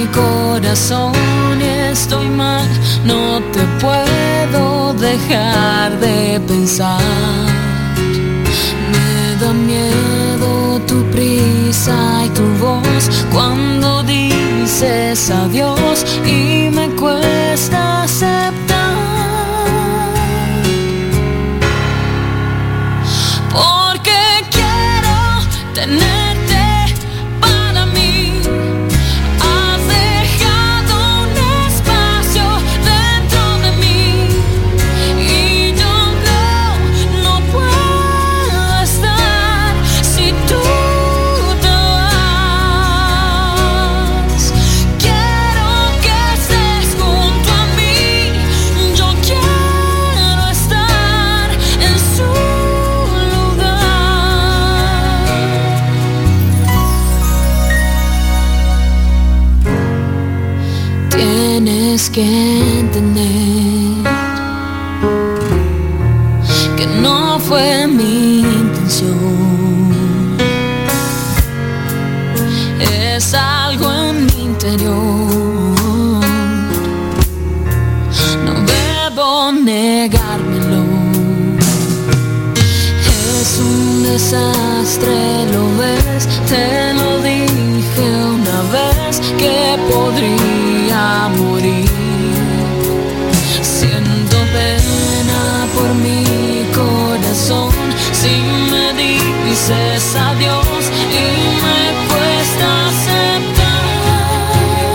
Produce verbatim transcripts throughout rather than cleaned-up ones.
mi corazón y estoy mal, no te puedo dejar de pensar. Me da miedo tu prisa y tu voz cuando dices adiós y me cuesta aceptar. Porque quiero tenerte para mí. Has dejado un espacio dentro de mí y yo no, no puedo estar si tú te vas. Quiero que estés junto a mí, yo quiero estar en su tienes que entender que no fue mi intención. Es algo en mi interior, no debo negármelo. Es un desastre, lo ves, te lo dije una vez que podría morir. Siento pena por mi corazón si me dices adiós y me cuesta aceptar.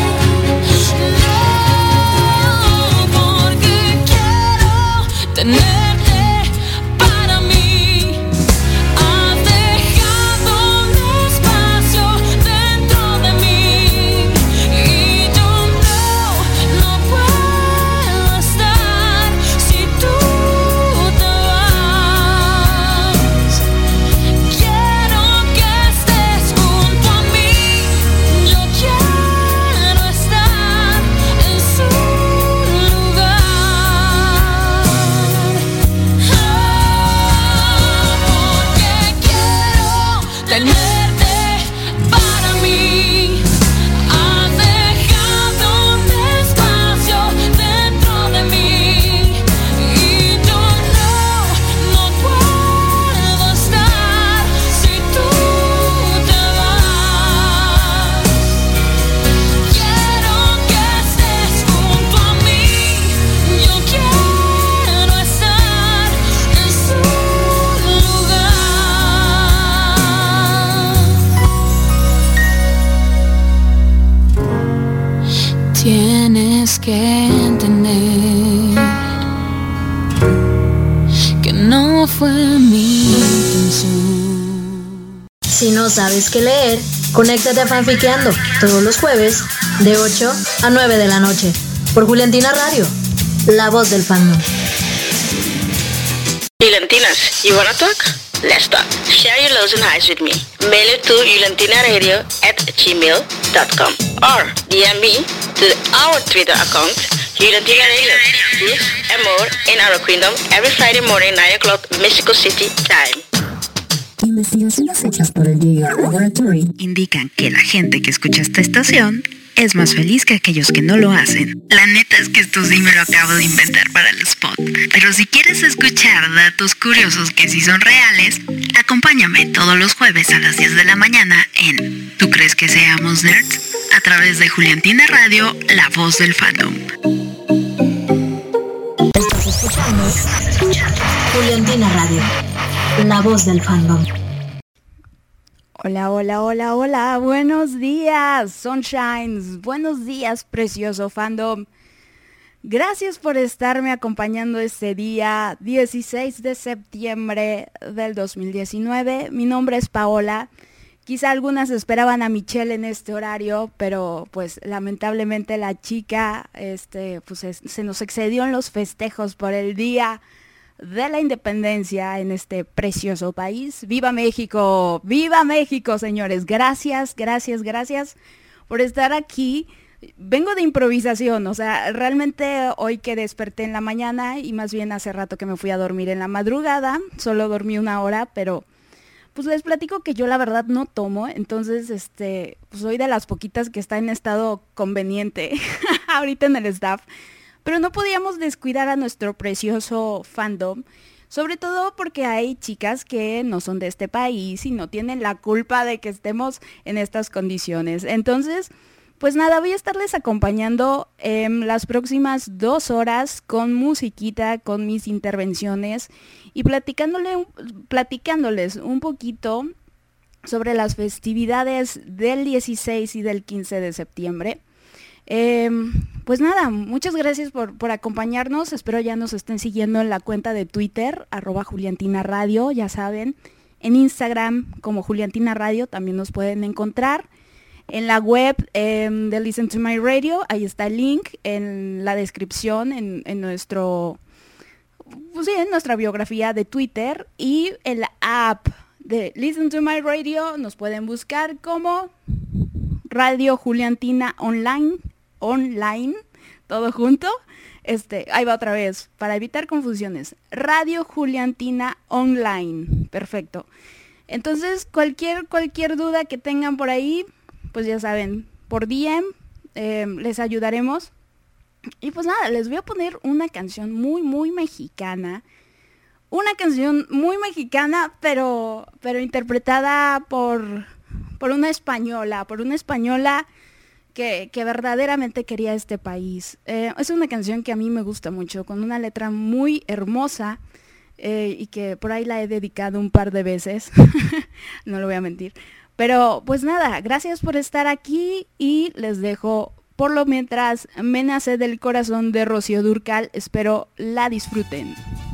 No, porque quiero tenerte para mí. Has dejado un espacio dentro de mí y yo no, no puedo estar si tú te vas. Quiero que estés junto a mí, yo quiero estar en su lugar. Ah, porque quiero tenerte para mí. Has dejado un espacio dentro de mí y yo no, no puedo estar si tú te vas. Quiero que estés junto a mí, yo quiero estar en su lugar. Tienes que entender que no fue mi intención. Si no sabes qué leer, conéctate a Fanfiqueando todos los jueves de ocho a nueve de la noche por Juliantina Radio, la voz del fandom. Juliantinas, you wanna talk? Let's talk. Share your lows and highs with me. Mail it to juliantinaradio at gmail dot com or D M me to our Twitter account, Juliantina Radio. This and more in our kingdom every Friday morning, nine o'clock Mexico City time. Investigaciones hechas por el Giga Laboratory indican que la gente que escucha esta estación es más feliz que aquellos que no lo hacen. La neta es que esto sí me lo acabo de inventar para el spot. Pero si quieres escuchar datos curiosos que sí son reales, acompáñame todos los jueves a las diez de la mañana en ¿Tú crees que seamos nerds? A través de Juliantina Radio, la voz del fandom. Estás escuchando Juliantina Radio, la voz del fandom. Hola, hola, hola, hola, buenos días, Sunshines, buenos días, precioso fandom. Gracias por estarme acompañando este día dieciséis de septiembre del dos mil diecinueve. Mi nombre es Paola. Quizá algunas esperaban a Michelle en este horario, pero pues lamentablemente la chica este, pues, es, se nos excedió en los festejos por el día de la independencia en este precioso país. ¡Viva México! ¡Viva México, señores! Gracias, gracias, gracias por estar aquí. Vengo de improvisación, o sea, realmente hoy que desperté en la mañana y más bien hace rato que me fui a dormir en la madrugada, solo dormí una hora, pero pues les platico que yo la verdad no tomo, entonces este, pues soy de las poquitas que está en estado conveniente ahorita en el staff, pero no podíamos descuidar a nuestro precioso fandom, sobre todo porque hay chicas que no son de este país y no tienen la culpa de que estemos en estas condiciones. Entonces, pues nada, voy a estarles acompañando eh, las próximas dos horas con musiquita, con mis intervenciones y platicándole, platicándoles un poquito sobre las festividades del dieciséis y del quince de septiembre. Eh, pues nada, muchas gracias por, por acompañarnos, espero ya nos estén siguiendo en la cuenta de Twitter, arroba Juliantina Radio, ya saben, en Instagram como Juliantina Radio también nos pueden encontrar. En la web eh, de Listen to My Radio, ahí está el link en la descripción, en, en nuestro, pues sí, en nuestra biografía de Twitter, y en la app de Listen to My Radio nos pueden buscar como Radio Juliantina Online, online, todo junto. Este, ahí va otra vez, para evitar confusiones. Radio Juliantina Online, perfecto. Entonces, cualquier, cualquier duda que tengan por ahí, pues ya saben, por D M eh, les ayudaremos. Y pues nada, les voy a poner una canción muy, muy mexicana. Una canción muy mexicana, pero, pero interpretada por, por una española, por una española que, que verdaderamente quería este país. Eh, es una canción que a mí me gusta mucho, con una letra muy hermosa eh, y que por ahí la he dedicado un par de veces, no lo voy a mentir. Pero pues nada, gracias por estar aquí y les dejo por lo mientras Me nace del corazón de Rocío Dúrcal. Espero la disfruten.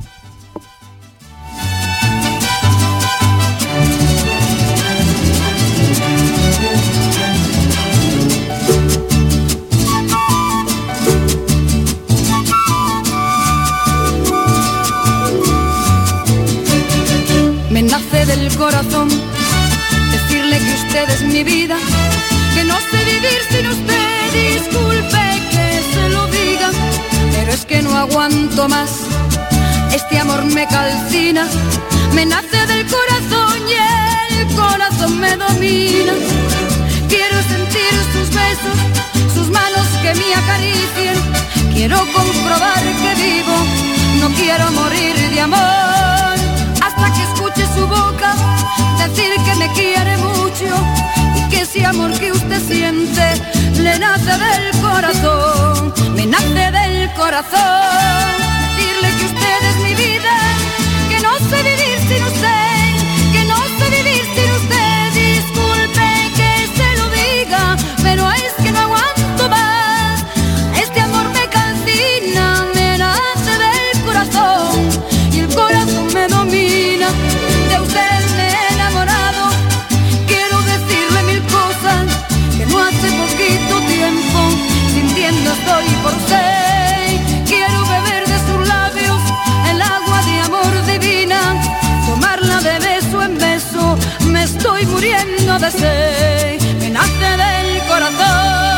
Me nace del corazón decirle que usted es mi vida, que no sé vivir sin usted, disculpe que se lo diga, pero es que no aguanto más, este amor me calcina, me nace del corazón y el corazón me domina, quiero sentir sus besos, sus manos que me acaricien, quiero comprobar que vivo, no quiero morir de amor, hasta que escuche su boca decir que me quiere mucho y que ese amor que usted siente le nace del corazón, me nace del corazón, decirle que usted es mi vida, que no sé vivir sin usted, que no sé vivir sin usted, disculpe que se lo diga, pero es que no aguanto más, este amor me calcina, me nace del corazón y el corazón me domina, de usted me he enamorado, quiero decirle mil cosas que no hace poquito tiempo, sintiendo estoy por usted, quiero beber de sus labios el agua de amor divina, tomarla de beso en beso, me estoy muriendo de sed, me nace del corazón.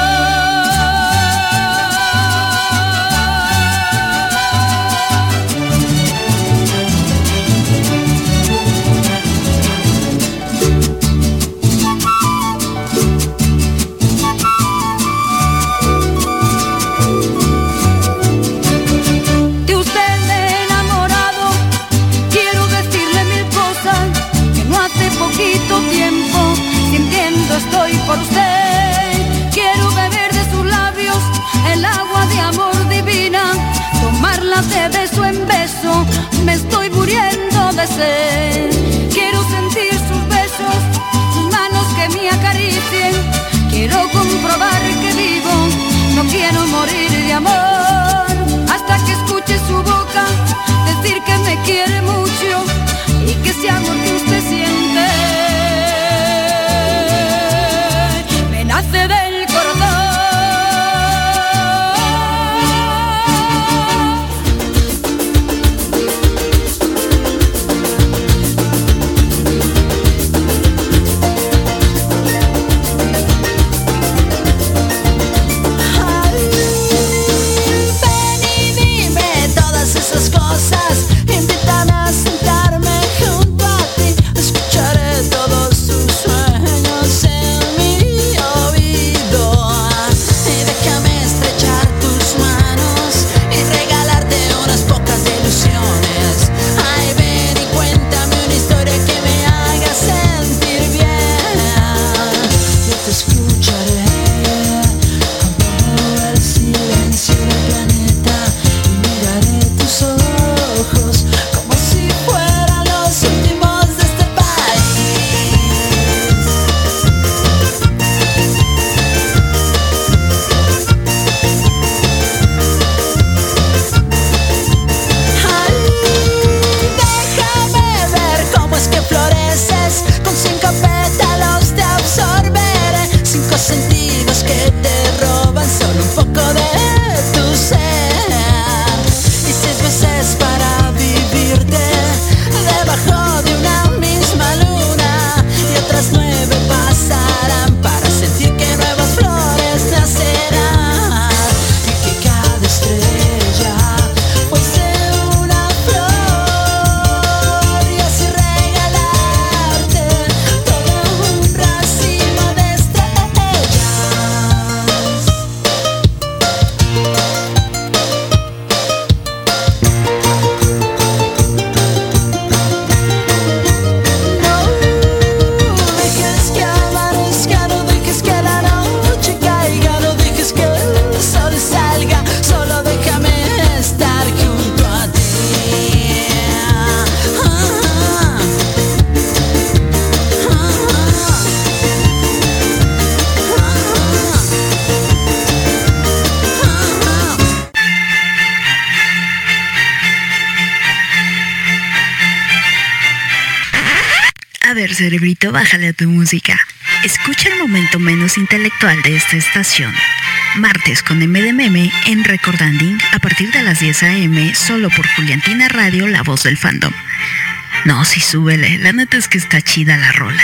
Tiempo, sintiendo estoy por usted, quiero beber de sus labios el agua de amor divina, tomarla de beso en beso, me estoy muriendo de sed, quiero sentir sus besos, sus manos que me acaricien, quiero comprobar que vivo, no quiero morir de amor, hasta que escuche su boca decir que me quiere mucho y que ese amor que usted siente nace del corazón. ver, cerebrito, bájale a tu música. Escucha el momento menos intelectual de esta estación. Martes con M de Meme en Recordanding a partir de las diez a.m. solo por Juliantina Radio, la voz del fandom. No, sí, súbele. La neta es que está chida la rola.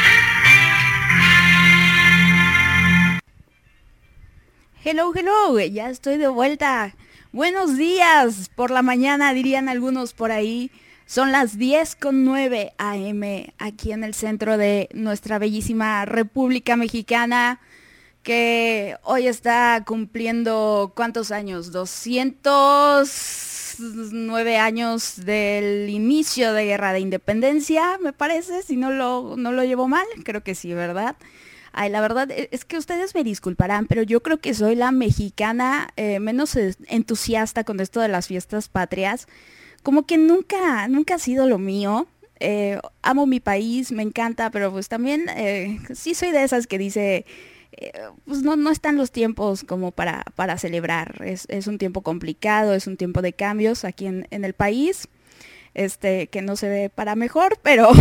Hello, hello, ya estoy de vuelta. Buenos días, por la mañana dirían algunos por ahí. Son las diez con nueve a.m. aquí en el centro de nuestra bellísima República Mexicana, que hoy está cumpliendo, ¿cuántos años? doscientos nueve años del inicio de Guerra de Independencia, me parece, si no lo, no lo llevo mal, creo que sí, ¿verdad? Ay, la verdad es que ustedes me disculparán, pero yo creo que soy la mexicana eh, menos entusiasta con esto de las fiestas patrias. Como que nunca, nunca ha sido lo mío. Eh, amo mi país, me encanta, pero pues también eh, sí soy de esas que dice, eh, pues no, no están los tiempos como para, para celebrar. Es, es un tiempo complicado, es un tiempo de cambios aquí en, en el país, este, que no se ve para mejor, pero...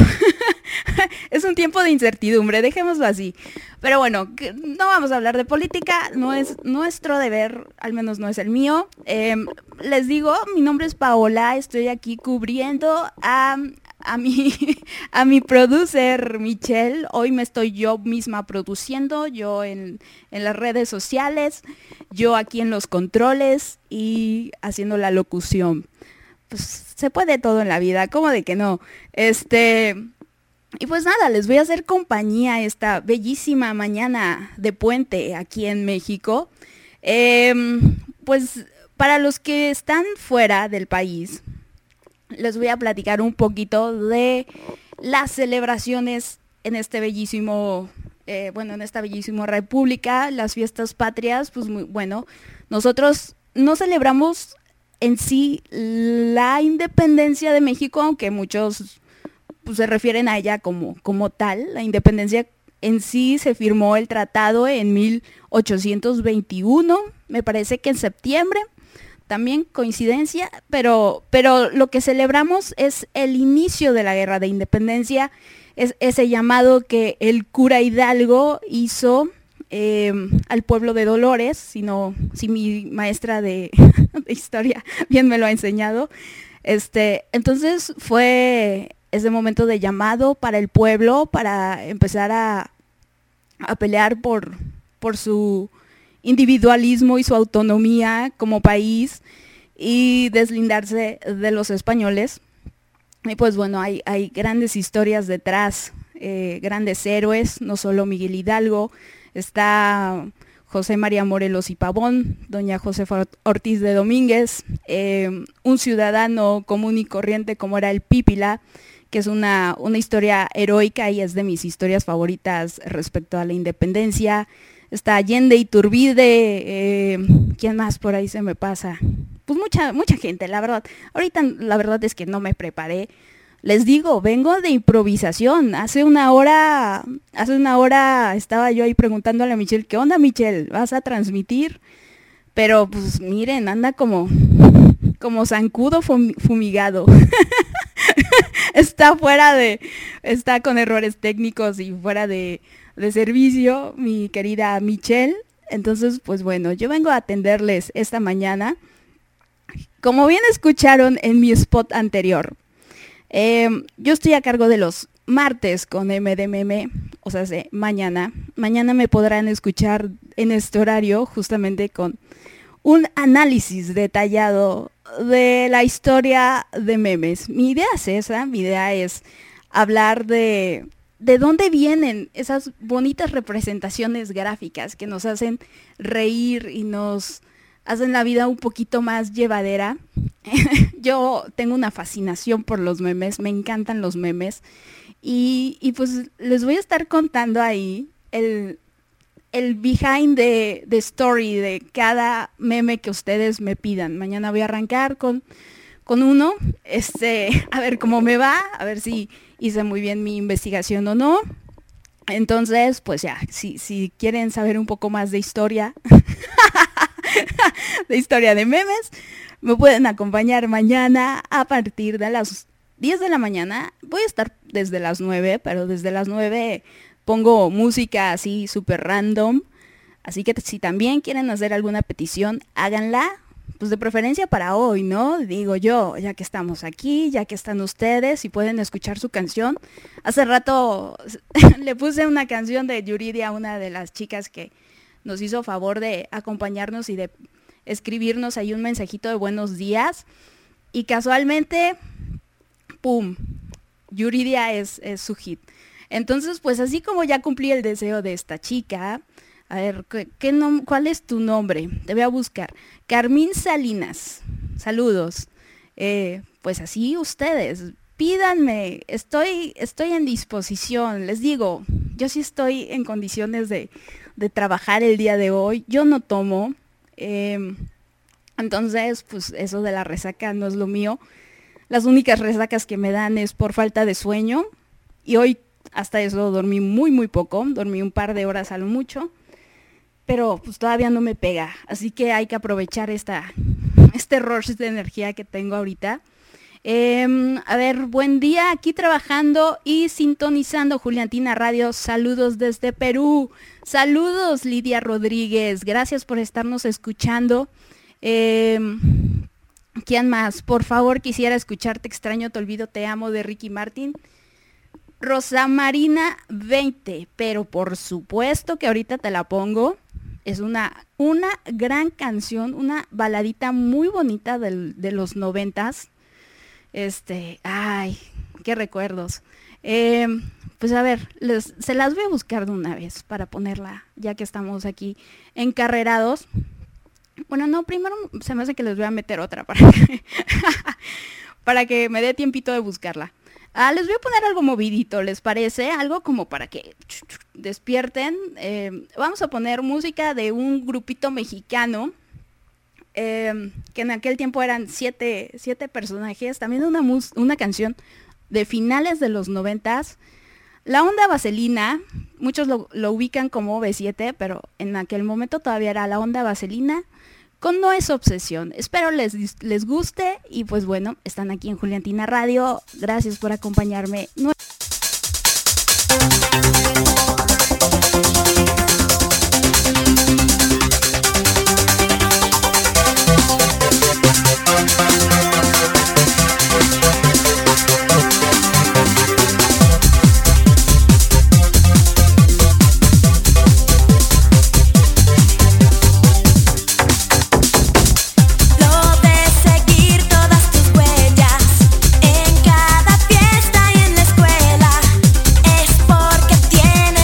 es un tiempo de incertidumbre, dejémoslo así. Pero bueno, no vamos a hablar de política, no es nuestro deber, al menos no es el mío. Eh, les digo, mi nombre es Paola, estoy aquí cubriendo a, a, mi, a mi producer Michelle. Hoy me estoy yo misma produciendo, yo en, en las redes sociales, yo aquí en los controles y haciendo la locución. Pues se puede todo en la vida, ¿cómo de que no? Este... Y pues nada, les voy a hacer compañía esta bellísima mañana de puente aquí en México. Eh, pues para los que están fuera del país, les voy a platicar un poquito de las celebraciones en este bellísimo, eh, bueno, en esta bellísima república, las fiestas patrias. Pues muy, bueno, nosotros no celebramos en sí la independencia de México, aunque muchos... pues se refieren a ella como, como tal. La independencia en sí se firmó el tratado en mil ochocientos veintiuno, me parece que en septiembre, también coincidencia, pero, pero lo que celebramos es el inicio de la Guerra de Independencia, es ese llamado que el cura Hidalgo hizo eh, al pueblo de Dolores, si, no, si mi maestra de, de historia bien me lo ha enseñado. Este, entonces fue... ese momento de llamado para el pueblo, para empezar a, a pelear por, por su individualismo y su autonomía como país y deslindarse de los españoles. Y pues bueno, hay, hay grandes historias detrás, eh, grandes héroes, no solo Miguel Hidalgo, está José María Morelos y Pavón, doña Josefa Ortiz de Domínguez, eh, un ciudadano común y corriente como era el Pípila, que es una, una historia heroica y es de mis historias favoritas respecto a la independencia. Está Allende Iturbide, eh, ¿quién más por ahí se me pasa? Pues mucha, mucha gente, la verdad. Ahorita la verdad es que no me preparé. Les digo, vengo de improvisación. Hace una hora, hace una hora estaba yo ahí preguntándole a Michelle, ¿qué onda, Michelle? ¿Vas a transmitir? Pero pues miren, anda como, como zancudo fumigado. Está fuera de, está con errores técnicos y fuera de, de servicio, mi querida Michelle. Entonces, pues bueno, yo vengo a atenderles esta mañana. Como bien escucharon en mi spot anterior, eh, yo estoy a cargo de los martes con M de Meme, o sea, de mañana. Mañana me podrán escuchar en este horario justamente con un análisis detallado de la historia de memes. Mi idea es esa, mi idea es hablar de, de dónde vienen esas bonitas representaciones gráficas que nos hacen reír y nos hacen la vida un poquito más llevadera. Yo tengo una fascinación por los memes, me encantan los memes y, y pues les voy a estar contando ahí el... el behind the, the story de cada meme que ustedes me pidan. Mañana voy a arrancar con, con uno, este, a ver cómo me va, a ver si hice muy bien mi investigación o no. Entonces, pues ya, si, si quieren saber un poco más de historia, de historia de memes, me pueden acompañar mañana a partir de las diez de la mañana. Voy a estar desde las nueve, pero desde las nueve pongo música así súper random. Así que si también quieren hacer alguna petición, háganla. Pues de preferencia para hoy, ¿no? Digo yo, ya que estamos aquí, ya que están ustedes y pueden escuchar su canción. Hace rato le puse una canción de Yuridia a una de las chicas que nos hizo favor de acompañarnos y de escribirnos ahí un mensajito de buenos días. Y casualmente, ¡pum! Yuridia es, es su hit. Entonces, pues así como ya cumplí el deseo de esta chica... A ver, ¿qué, qué nom- ¿cuál es tu nombre? Te voy a buscar. Carmín Salinas. Saludos. Eh, pues así ustedes, pídanme. Estoy, estoy en disposición. Les digo, yo sí estoy en condiciones de, de trabajar el día de hoy. Yo no tomo. Eh, entonces, pues eso de la resaca no es lo mío. Las únicas resacas que me dan es por falta de sueño. Y hoy hasta eso dormí muy, muy poco. Dormí un par de horas a lo mucho. Pero pues todavía no me pega, así que hay que aprovechar esta, este rush de energía que tengo ahorita. Eh, a ver, buen día, aquí trabajando y sintonizando Juliantina Radio. Saludos desde Perú. Saludos, Lidia Rodríguez. Gracias por estarnos escuchando. Eh, ¿Quién más? Por favor, quisiera escuchar Te extraño, te olvido, te amo de Ricky Martin. Rosa Marina veinte, pero por supuesto que ahorita te la pongo. Es una, una gran canción, una baladita muy bonita del, de los noventas. Este, ay, qué recuerdos. Eh, pues a ver, les, se las voy a buscar de una vez para ponerla, ya que estamos aquí encarrerados. Bueno, no, primero se me hace que les voy a meter otra para que, para que me dé tiempito de buscarla. Ah, les voy a poner algo movidito, ¿les parece? Algo como para que despierten. Eh, vamos a poner música de un grupito mexicano, eh, que en aquel tiempo eran siete, siete personajes. También una, mus- una canción de finales de los noventas. La Onda Vaselina, muchos lo, lo ubican como B siete, pero en aquel momento todavía era La Onda Vaselina. Con No es Obsesión. Espero les, les guste y pues bueno, están aquí en Juliantina Radio. Gracias por acompañarme. No... En cada fiesta y en la escuela es porque tienes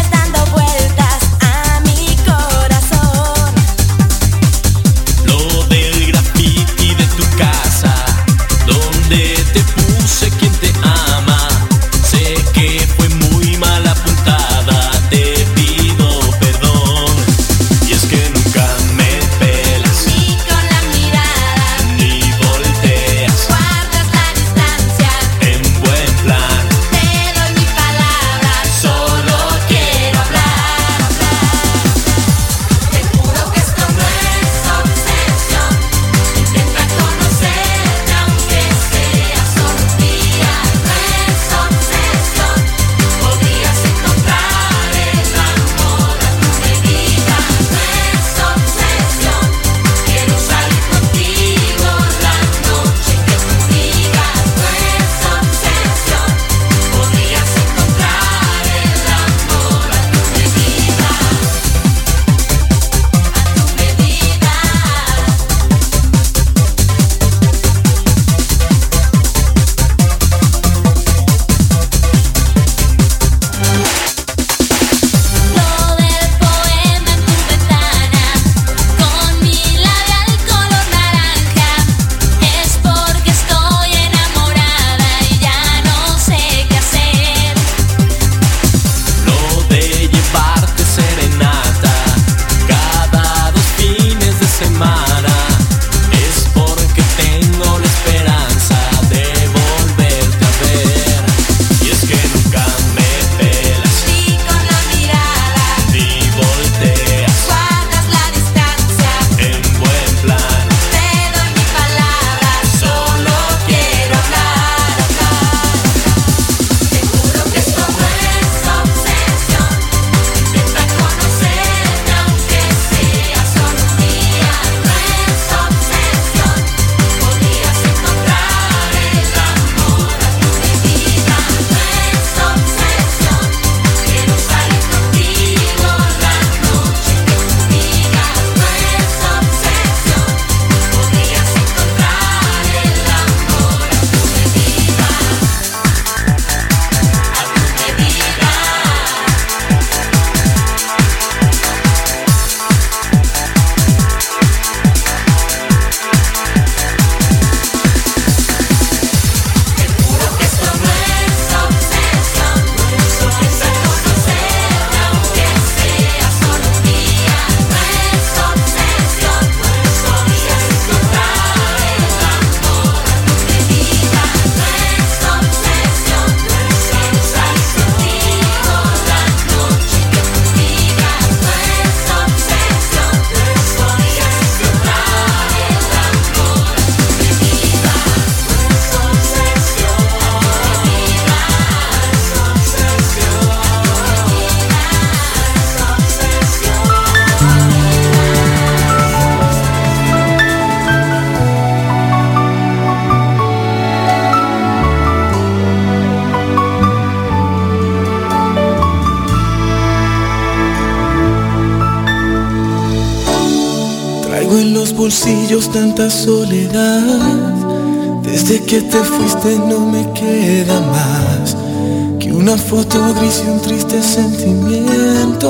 Traigo en los bolsillos tanta soledad. Desde que te fuiste no me queda más que una foto gris y un triste sentimiento.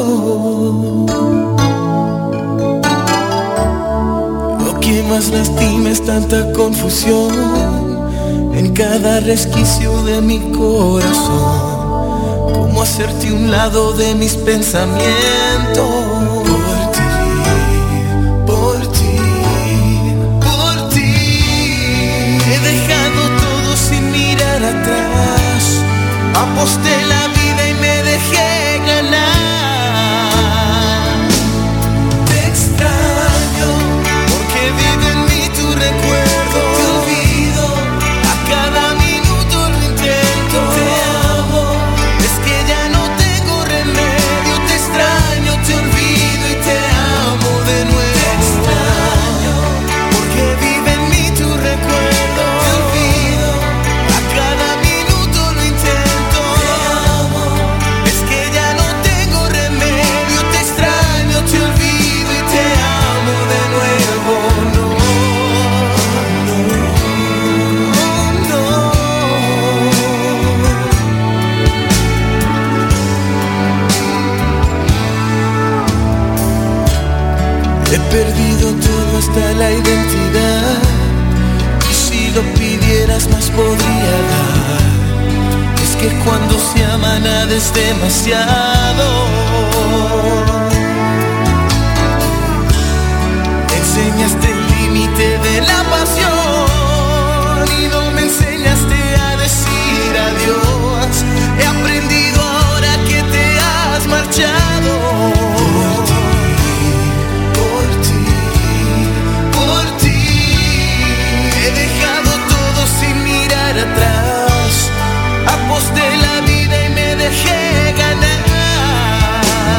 Lo que más lastima es tanta confusión en cada resquicio de mi corazón. Cómo hacerte un lado de mis pensamientos. Por ti, por ti, por ti. He dejado todo sin mirar atrás. Aposté la vida y me dejé ganar. Te extraño porque vive en mí tu recuerdo. Te olvido, a cada minuto lo intento. Te amo, es que ya no tengo remedio. Te extraño, te olvido y te amo de nuevo. Te extraño porque vive en mí tu recuerdo. Te olvido, a cada minuto lo intento. Te amo, es que ya no tengo remedio. Te extraño, te olvido y te amo de nuevo. No, no, no. He perdido todo hasta la identidad. Y si lo pidieras más podría dar. Es que cuando se ama nada es demasiado. Enseñaste el límite de la pasión y no me enseñaste a decir adiós. He aprendido ahora que te has marchado. Por ti, por ti, he dejado todo sin mirar atrás. Aposté la vida y me dejé ganar.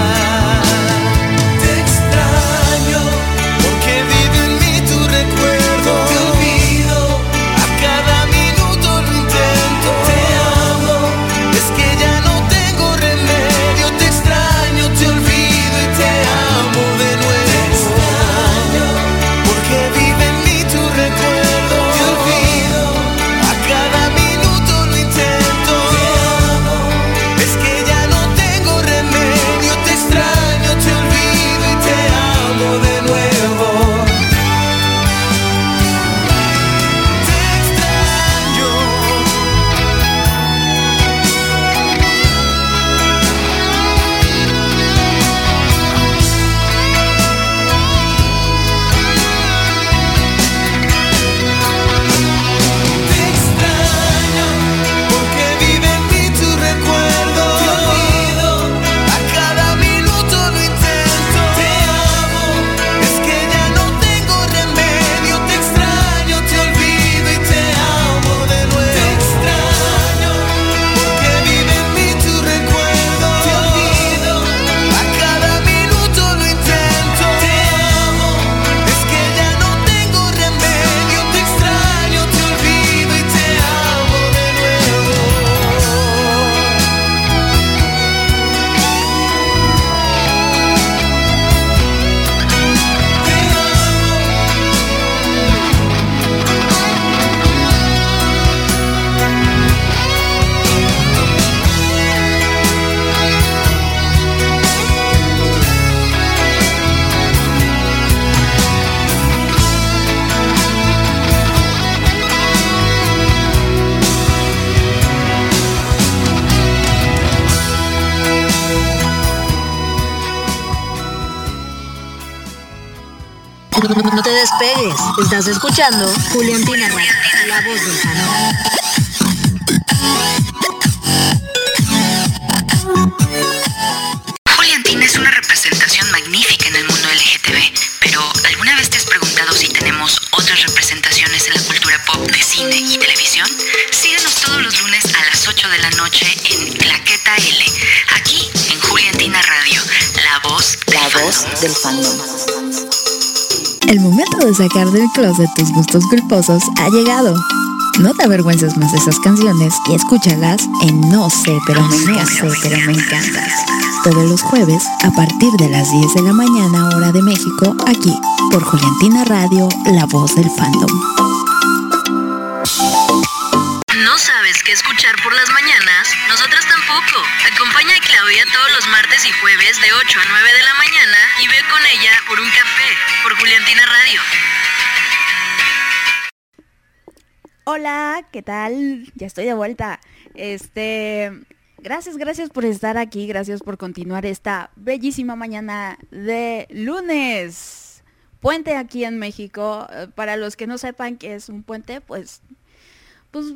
Te extraño porque vive en mí tu recuerdo. Te olvido, a cada minuto lo intento. Te amo, es que ya no tengo remedio. Te extraño, te olvido y te amo de nuevo. Te extraño porque vive en mí tu recuerdo. Te olvido, a cada minuto lo intento. Te amo, es que ya no tengo remedio. Te extraño, te olvido y te amo de nuevo. Te extraño. Te extraño porque vive en mí tu recuerdo. Te olvido, a cada minuto lo intento. Te amo, es que ya no tengo remedio. Te extraño, te olvido y te amo de nuevo. Te extraño porque vive en mí tu recuerdo. Te olvido, a cada minuto lo intento. Te amo, es que ya no tengo remedio. Te extraño, te olvido y te amo de nuevo. No te despegues, estás escuchando Juliantina Radio, la voz del fandom. Juliantina es una representación magnífica en el mundo L G T B, pero ¿alguna vez te has preguntado si tenemos otras representaciones en la cultura pop de cine y televisión? Síguenos todos los lunes a las ocho de la noche en Claqueta L, aquí en Juliantina Radio, la voz del La fandom. voz del fandom. El momento de sacar del closet tus gustos culposos ha llegado. No te avergüences más de esas canciones y escúchalas en No sé, pero me encanta. No sé, pero me encanta. todos los jueves a partir de las diez de la mañana hora de México, aquí por Juliantina Radio, la voz del fandom. ¿No sabes qué escuchar por las mañanas? Nosotras tampoco. Acompaña a Claudia todos los martes y jueves de ocho a nueve de la mañana y ve con ella por un café por Juliantina Radio. Hola, ¿qué tal? Ya estoy de vuelta. Este, gracias, gracias por estar aquí, gracias por continuar esta bellísima mañana de lunes. Puente aquí en México. Para los que no sepan qué es un puente, pues, pues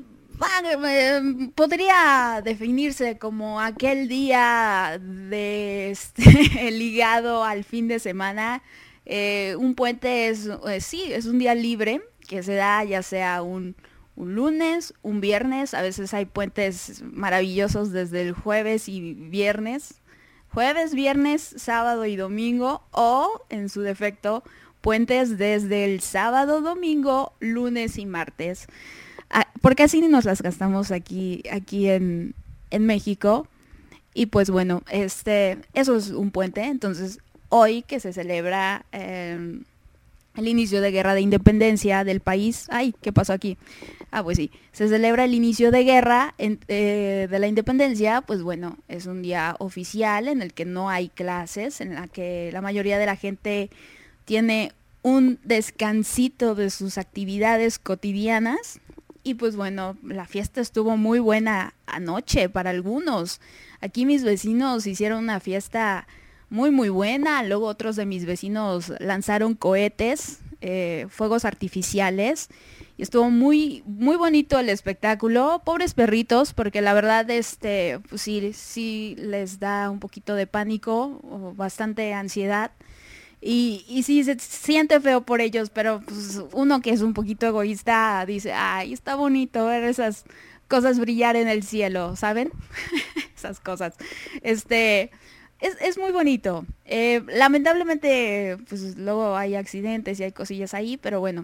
eh, podría definirse como aquel día de este, ligado al fin de semana. Eh, un puente es, eh, sí, es un día libre que se da ya sea un un lunes, un viernes, a veces hay puentes maravillosos desde el jueves y viernes, jueves, viernes, sábado y domingo, o en su defecto, puentes desde el sábado, domingo, lunes y martes. Ah, porque así nos las gastamos aquí, aquí en, en México. Y pues bueno, este, eso es un puente. Entonces, hoy que se celebra eh, el inicio de guerra de independencia del país. Ay, ¿qué pasó aquí? Ah, pues sí, se celebra el inicio de guerra en, eh, de la independencia, pues bueno, es un día oficial en el que no hay clases, en la que la mayoría de la gente tiene un descansito de sus actividades cotidianas. Y pues bueno, la fiesta estuvo muy buena anoche para algunos. Aquí mis vecinos hicieron una fiesta muy muy buena, luego otros de mis vecinos lanzaron cohetes, eh, fuegos artificiales, y estuvo muy muy bonito el espectáculo. Pobres perritos, porque la verdad este pues sí sí les da un poquito de pánico o bastante ansiedad, y, y sí se siente feo por ellos, pero pues uno que es un poquito egoísta dice, ay, está bonito ver esas cosas brillar en el cielo, ¿saben? Esas cosas. Este Es, es muy bonito. Eh, lamentablemente, pues luego hay accidentes y hay cosillas ahí, pero bueno,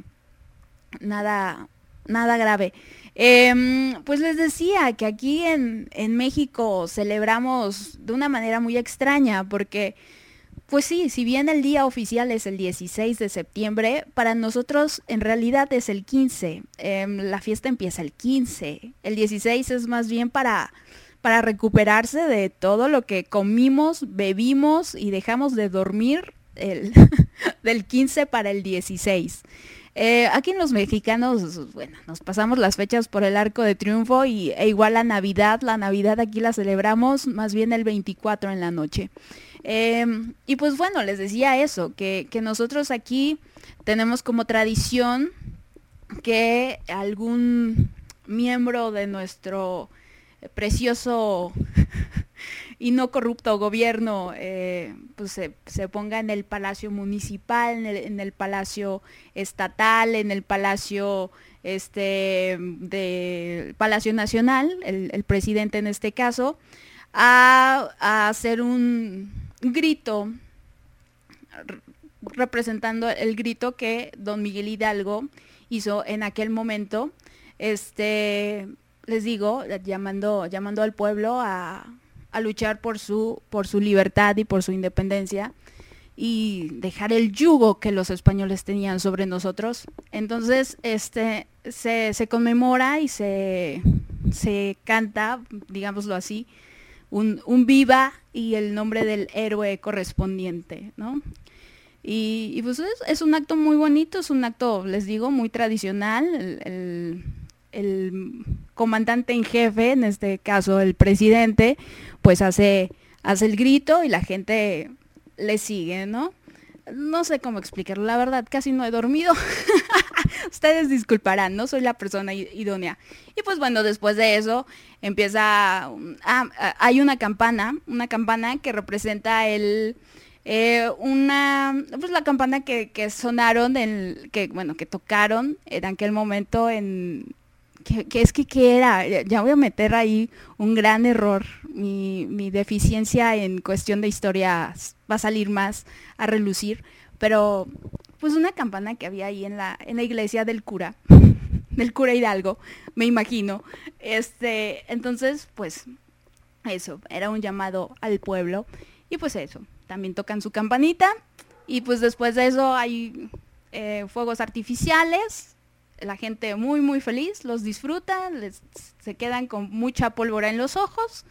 nada, nada grave. Eh, pues les decía que aquí en, en México celebramos de una manera muy extraña, porque, pues sí, si bien el día oficial es el dieciséis de septiembre, para nosotros en realidad es el quince. Eh, la fiesta empieza el quince. El dieciséis es más bien para... para recuperarse de todo lo que comimos, bebimos y dejamos de dormir el, del quince para el dieciséis. Eh, aquí en los mexicanos, bueno, nos pasamos las fechas por el Arco de Triunfo y, e igual la Navidad, la Navidad aquí la celebramos más bien el veinticuatro en la noche. Eh, y pues bueno, les decía eso, que, que nosotros aquí tenemos como tradición que algún miembro de nuestro precioso y no corrupto gobierno eh, pues se, se ponga en el Palacio Municipal, en el, en el Palacio Estatal, en el Palacio este de Palacio Nacional, el, el presidente en este caso, a, a hacer un grito representando el grito que don Miguel Hidalgo hizo en aquel momento, este les digo, llamando, llamando al pueblo a, a luchar por su, por su libertad y por su independencia y dejar el yugo que los españoles tenían sobre nosotros. Entonces, este, se, se conmemora y se, se canta, digámoslo así, un, un viva y el nombre del héroe correspondiente, ¿no? Y, y pues es, es un acto muy bonito, es un acto, les digo, muy tradicional. El, el, el comandante en jefe, en este caso el presidente, pues hace, hace el grito y la gente le sigue, ¿no? No sé cómo explicarlo, la verdad, casi no he dormido. Ustedes disculparán, no soy la persona idónea. Y pues bueno, después de eso empieza, ah, hay una campana, una campana que representa el... Eh, una, pues la campana que, que sonaron, en, que bueno, que tocaron en aquel momento en... Que, que es que, ¿qué era? Ya voy a meter ahí un gran error. Mi, mi deficiencia en cuestión de historia va a salir más a relucir. Pero, pues una campana que había ahí en la, en la iglesia del cura, del cura Hidalgo, me imagino. Este, entonces, pues, eso, era un llamado al pueblo. Y pues eso, también tocan su campanita. Y pues después de eso hay eh, fuegos artificiales. La gente muy muy feliz, los disfruta, les, se quedan con mucha pólvora en los ojos.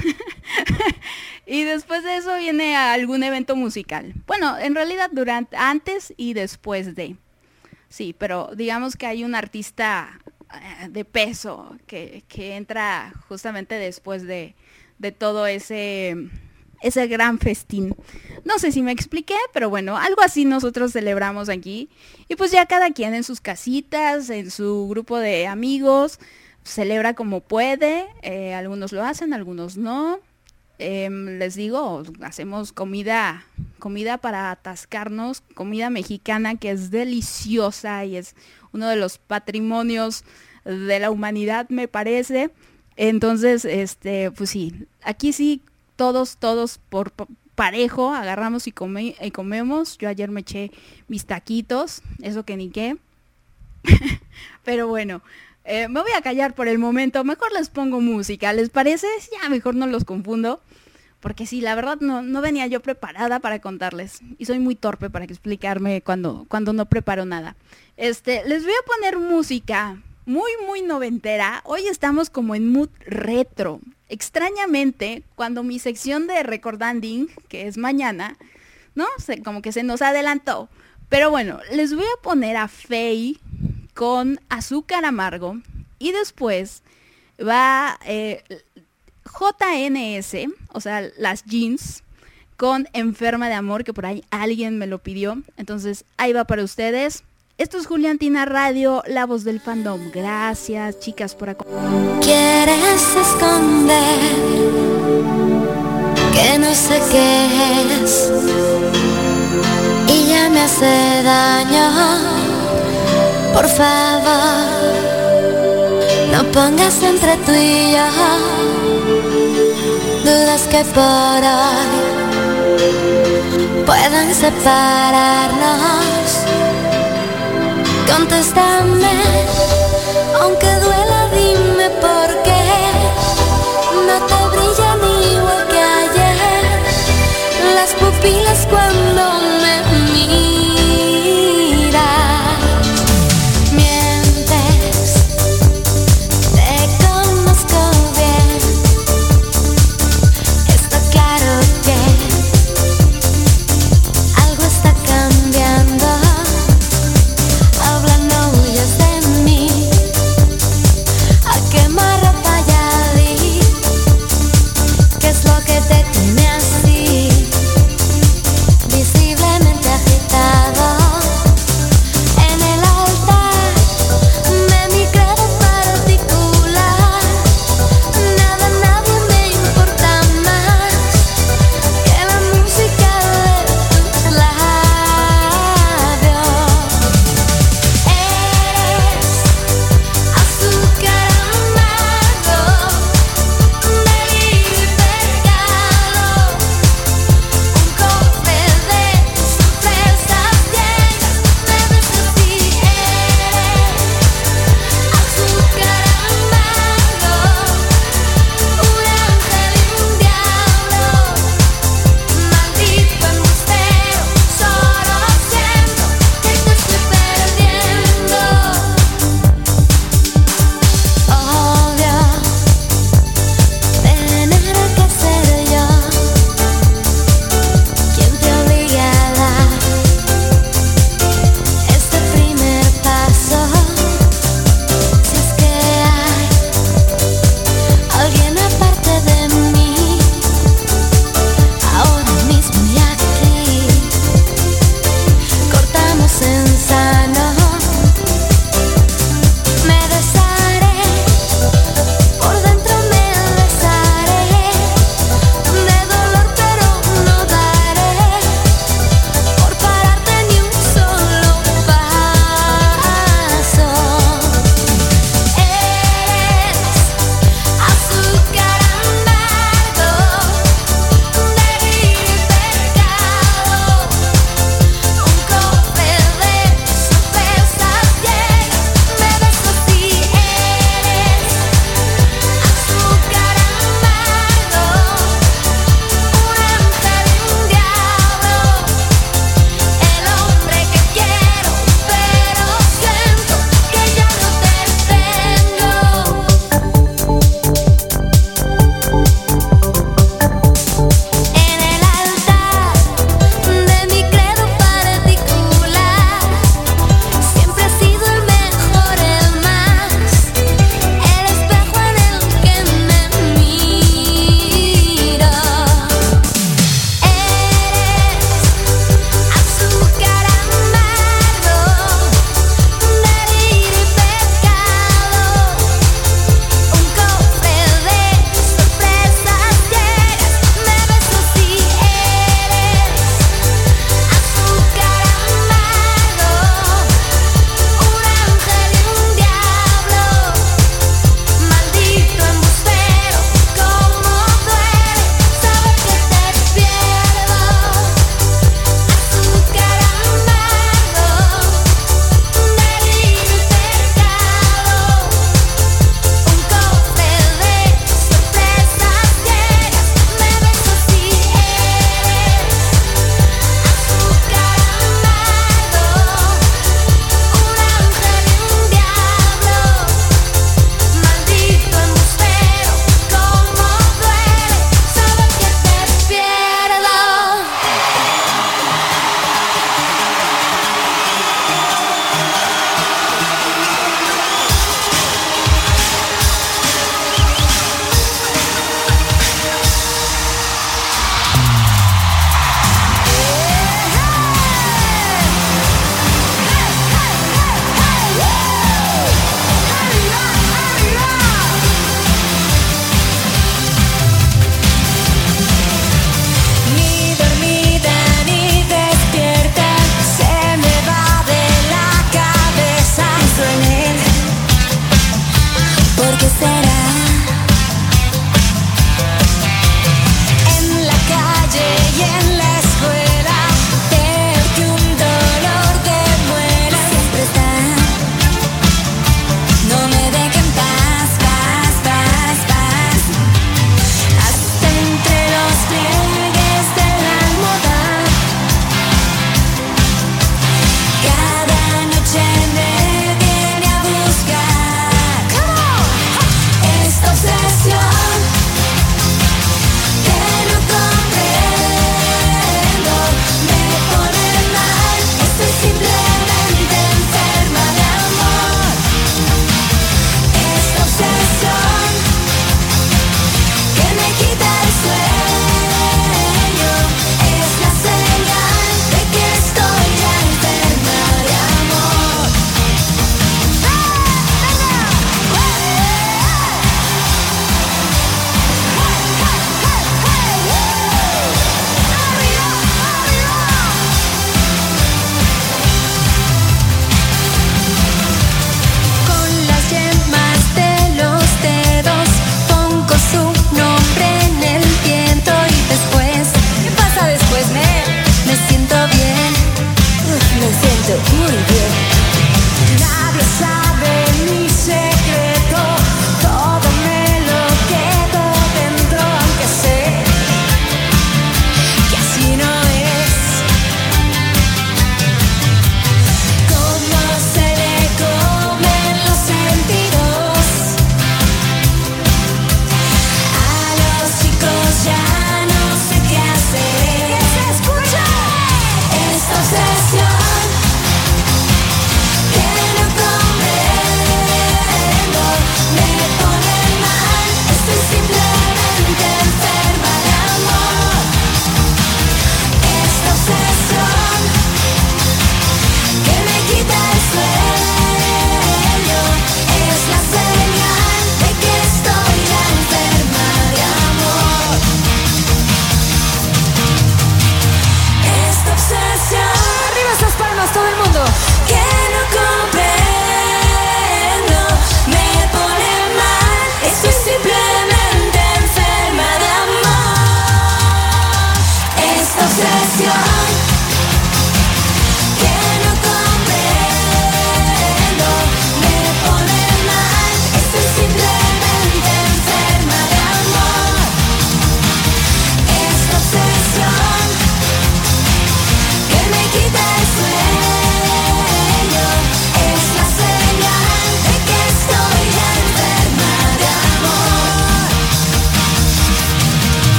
Y después de eso viene algún evento musical. Bueno, en realidad durante, antes y después de. Sí, pero digamos que hay un artista eh, de peso que, que entra justamente después de, de todo ese, ese gran festín. No sé si me expliqué, pero bueno, algo así nosotros celebramos aquí. Y pues ya cada quien en sus casitas, en su grupo de amigos, celebra como puede. Eh, algunos lo hacen, algunos no. Eh, les digo, hacemos comida, comida para atascarnos, comida mexicana que es deliciosa y es uno de los patrimonios de la humanidad, me parece. Entonces, este, pues sí, aquí sí, todos, todos por parejo, agarramos y, come, y comemos. Yo ayer me eché mis taquitos, eso que ni qué. Pero bueno, eh, me voy a callar por el momento, mejor les pongo música, ¿les parece? Ya mejor no los confundo, porque sí, la verdad no, no venía yo preparada para contarles, y soy muy torpe para explicarme cuando, cuando no preparo nada. Este, les voy a poner música muy, muy noventera. Hoy estamos como en mood retro. Extrañamente, cuando mi sección de recordanding, que es mañana, ¿no? Se, como que se nos adelantó. Pero bueno, les voy a poner a Faye con Azúcar Amargo. Y después va eh, J N S, o sea, las Jeans, con Enferma de Amor, que por ahí alguien me lo pidió. Entonces, ahí va para ustedes. Esto es Juliantina Radio, la voz del fandom. Gracias, chicas, por acompañarme. Quieres esconder que no sé qué es y ya me hace daño. Por favor, no pongas entre tú y yo dudas que por hoy puedan separarnos. Contéstame, aunque duela, dime por qué no te brillan igual que ayer las pupilas cuando me miras. Mientes, te conozco bien. Está claro que algo está cambiando. Visible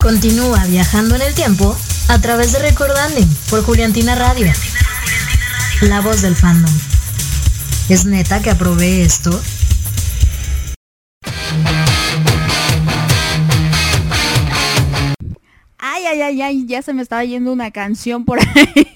Continúa viajando en el tiempo a través de Recordanding por Juliantina Radio, la voz del fandom. ¿Es neta que aprobé esto? Ay, ay, ay, ay, ya se me estaba yendo una canción por ahí.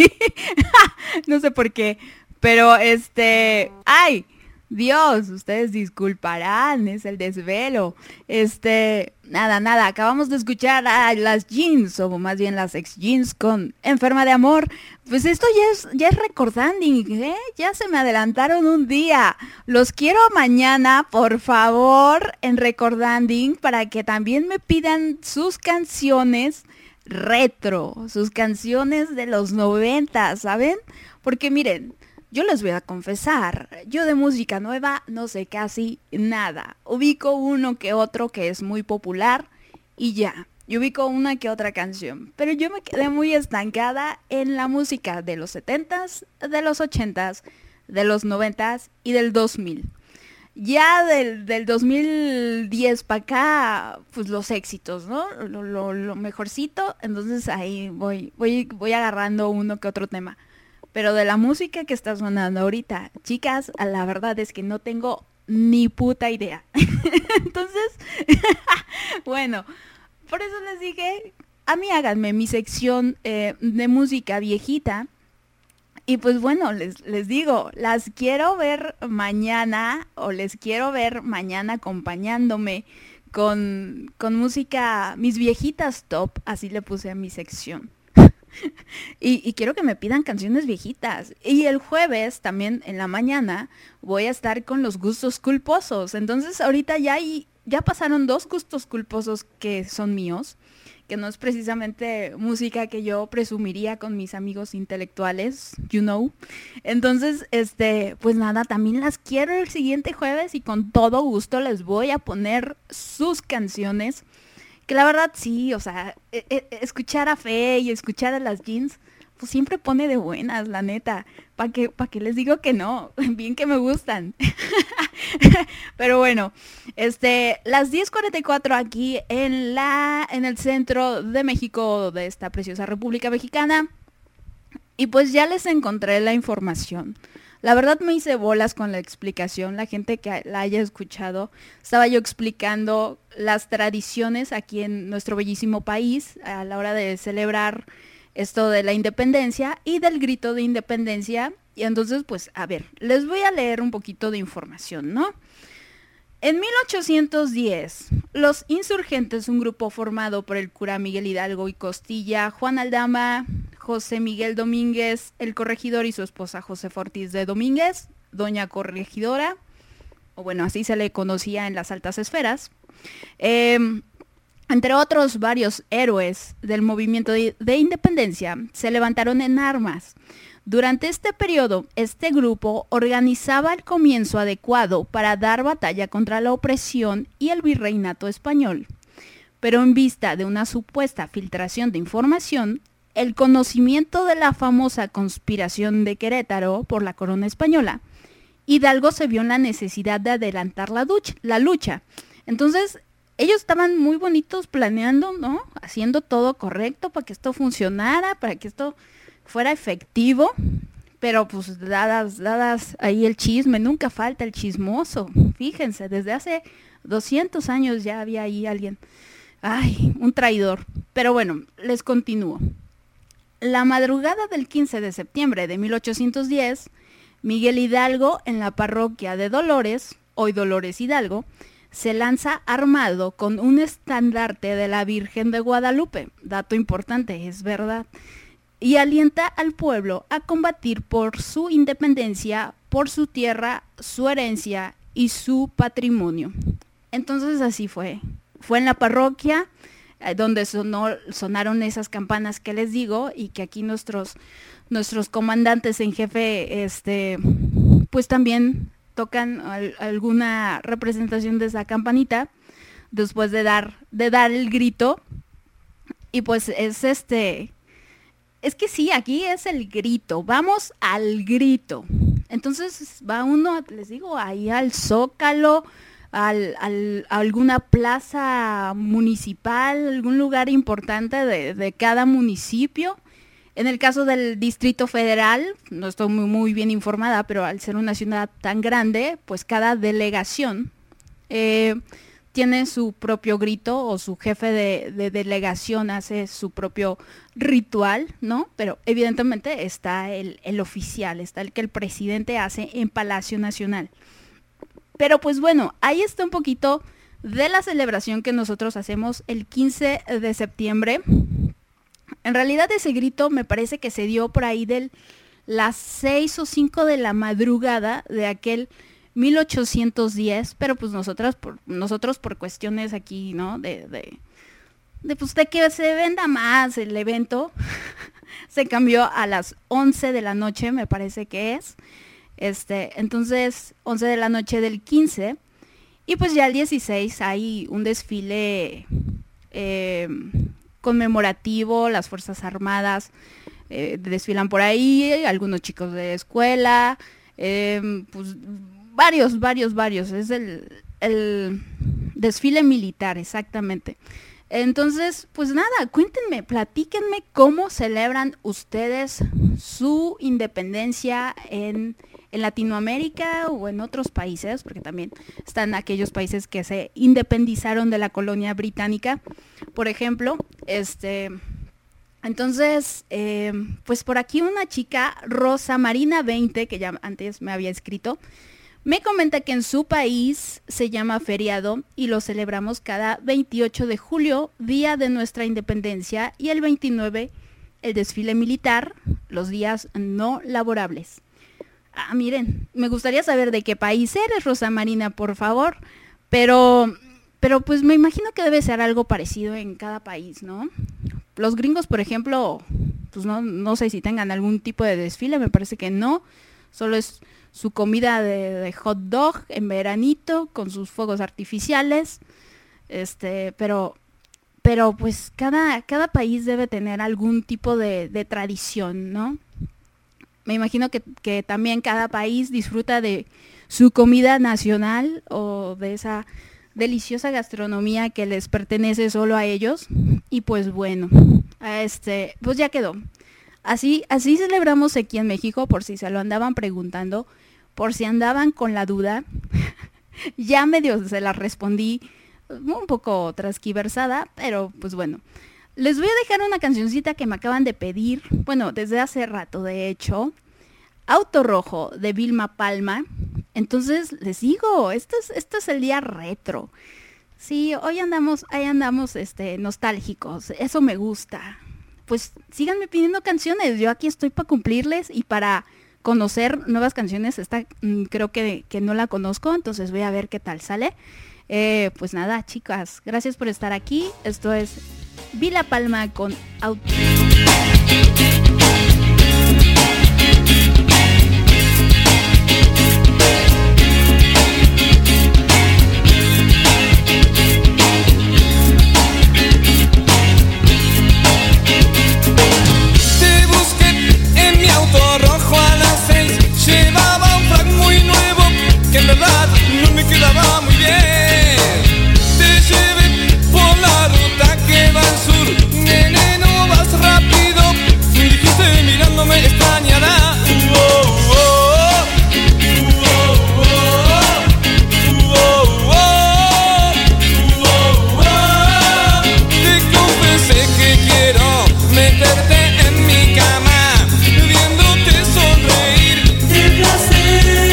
No sé por qué, pero este, ay, Dios, ustedes disculparán, es el desvelo. Este, nada, nada, acabamos de escuchar a las Jeans, o más bien las ex Jeans con Enferma de Amor. Pues esto ya es, ya es Recordanding, ¿eh? Ya se me adelantaron un día. Los quiero mañana, por favor, en Recordanding, para que también me pidan sus canciones retro, sus canciones de los noventa, ¿saben? Porque miren, yo les voy a confesar, yo de música nueva no sé casi nada. Ubico uno que otro que es muy popular y ya. Yo ubico una que otra canción. Pero yo me quedé muy estancada en la música de los setentas, de los ochentas, de los noventas y del dos mil. Ya del, del dos mil diez para acá, pues los éxitos, ¿no? Lo, lo, lo mejorcito. Entonces ahí voy, voy, voy agarrando uno que otro tema. Pero de la música que está sonando ahorita, chicas, la verdad es que no tengo ni puta idea. Entonces, bueno, por eso les dije, a mí háganme mi sección eh, de música viejita. Y pues bueno, les, les digo, las quiero ver mañana, o les quiero ver mañana acompañándome con, con música, mis viejitas top, así le puse a mi sección. Y, y quiero que me pidan canciones viejitas. Y el jueves también en la mañana voy a estar con los gustos culposos. Entonces ahorita ya hay, ya pasaron dos gustos culposos que son míos, que no es precisamente música que yo presumiría con mis amigos intelectuales, you know. Entonces, este, pues nada, también las quiero el siguiente jueves y con todo gusto les voy a poner sus canciones. Que la verdad sí, o sea, e- e- escuchar a Fe y escuchar a las Jeans, pues siempre pone de buenas, la neta. ¿Para qué, pa' qué les digo que no? Bien que me gustan. Pero bueno, este, las diez cuarenta y cuatro aquí en la, en el centro de México, de esta preciosa República Mexicana. Y pues ya les encontré la información. La verdad me hice bolas con la explicación, la gente que la haya escuchado. Estaba yo explicando las tradiciones aquí en nuestro bellísimo país a la hora de celebrar esto de la independencia y del grito de independencia. Y entonces, pues, a ver, les voy a leer un poquito de información, ¿no? En mil ochocientos diez, los insurgentes, un grupo formado por el cura Miguel Hidalgo y Costilla, Juan Aldama, José Miguel Domínguez, el corregidor y su esposa Josefa Ortiz de Domínguez, doña corregidora, o bueno, así se le conocía en las altas esferas, eh, entre otros varios héroes del movimiento de, de independencia, se levantaron en armas. Durante este periodo, este grupo organizaba el comienzo adecuado para dar batalla contra la opresión y el virreinato español. Pero en vista de una supuesta filtración de información, el conocimiento de la famosa conspiración de Querétaro por la corona española, Hidalgo se vio en la necesidad de adelantar la, ducha, la lucha. Entonces, ellos estaban muy bonitos planeando, ¿no? Haciendo todo correcto para que esto funcionara, para que esto fuera efectivo, pero pues dadas, dadas ahí el chisme, nunca falta el chismoso. Fíjense, desde hace doscientos años ya había ahí alguien, ay, un traidor. Pero bueno, les continúo. La madrugada del quince de septiembre de mil ochocientos diez, Miguel Hidalgo, en la parroquia de Dolores, hoy Dolores Hidalgo, se lanza armado con un estandarte de la Virgen de Guadalupe, dato importante, es verdad, y alienta al pueblo a combatir por su independencia, por su tierra, su herencia y su patrimonio. Entonces así fue. Fue en la parroquia eh, donde sonó, sonaron esas campanas que les digo y que aquí nuestros, nuestros comandantes en jefe, este, pues también tocan al, alguna representación de esa campanita después de dar, de dar el grito. Y pues es este... Es que sí, aquí es el grito, vamos al grito. Entonces va uno, les digo, ahí al Zócalo, al, al, a alguna plaza municipal, algún lugar importante de, de cada municipio. En el caso del Distrito Federal, no estoy muy, muy bien informada, pero al ser una ciudad tan grande, pues cada delegación eh, tiene su propio grito, o su jefe de, de delegación hace su propio ritual, ¿no? Pero evidentemente está el, el oficial, está el que el presidente hace en Palacio Nacional. Pero pues bueno, ahí está un poquito de la celebración que nosotros hacemos el quince de septiembre. En realidad ese grito me parece que se dio por ahí de las seis o cinco de la madrugada de aquel mil ochocientos diez, pero pues nosotras por, nosotros por cuestiones aquí, ¿no? De, de, de, pues de que se venda más el evento, se cambió a las once de la noche, me parece que es. Este, entonces, once de la noche del quince, y pues ya el dieciséis hay un desfile eh, conmemorativo, las Fuerzas Armadas eh, desfilan por ahí, algunos chicos de escuela, eh, pues varios, varios, varios, es el, el desfile militar, exactamente. Entonces, pues nada, cuéntenme, platíquenme cómo celebran ustedes su independencia en, en Latinoamérica o en otros países, porque también están aquellos países que se independizaron de la colonia británica, por ejemplo. Este, entonces, eh, pues por aquí una chica, Rosa Marina veinte, que ya antes me había escrito, me comenta que en su país se llama feriado y lo celebramos cada veintiocho de julio, día de nuestra independencia, y el veintinueve el desfile militar, los días no laborables. Ah, miren, me gustaría saber de qué país eres, Rosa Marina, por favor, pero, pero pues me imagino que debe ser algo parecido en cada país, ¿no? Los gringos, por ejemplo, pues no, no sé si tengan algún tipo de desfile, me parece que no, solo es su comida de, de hot dog en veranito con sus fuegos artificiales, este, pero, pero pues cada, cada país debe tener algún tipo de, de tradición, ¿no? Me imagino que, que también cada país disfruta de su comida nacional o de esa deliciosa gastronomía que les pertenece solo a ellos. Y pues bueno, este, pues ya quedó. Así, así celebramos aquí en México, por si se lo andaban preguntando, por si andaban con la duda. Ya medio se la respondí un poco transquiversada, pero pues bueno. Les voy a dejar una cancioncita que me acaban de pedir, bueno, desde hace rato de hecho, Auto Rojo de Vilma Palma. Entonces les digo, esto es, esto es el día retro. Sí, hoy andamos, ahí andamos este, nostálgicos, eso me gusta. Pues síganme pidiendo canciones, yo aquí estoy para cumplirles y para conocer nuevas canciones. Esta mmm, creo que, que no la conozco, entonces voy a ver qué tal sale. Eh, pues nada, chicas, gracias por estar aquí. Esto es Vilma Palma con Auto. Que en verdad no me quedaba muy bien. Te llevé por la ruta que va al sur. Nene, no vas rápido. Me dijiste mirándome extrañada. Uh, oh, oh. Uh, oh, oh. Uh, oh, oh. Uh, oh, oh. Te confesé que quiero meterte en mi cama, viéndote sonreír de placer.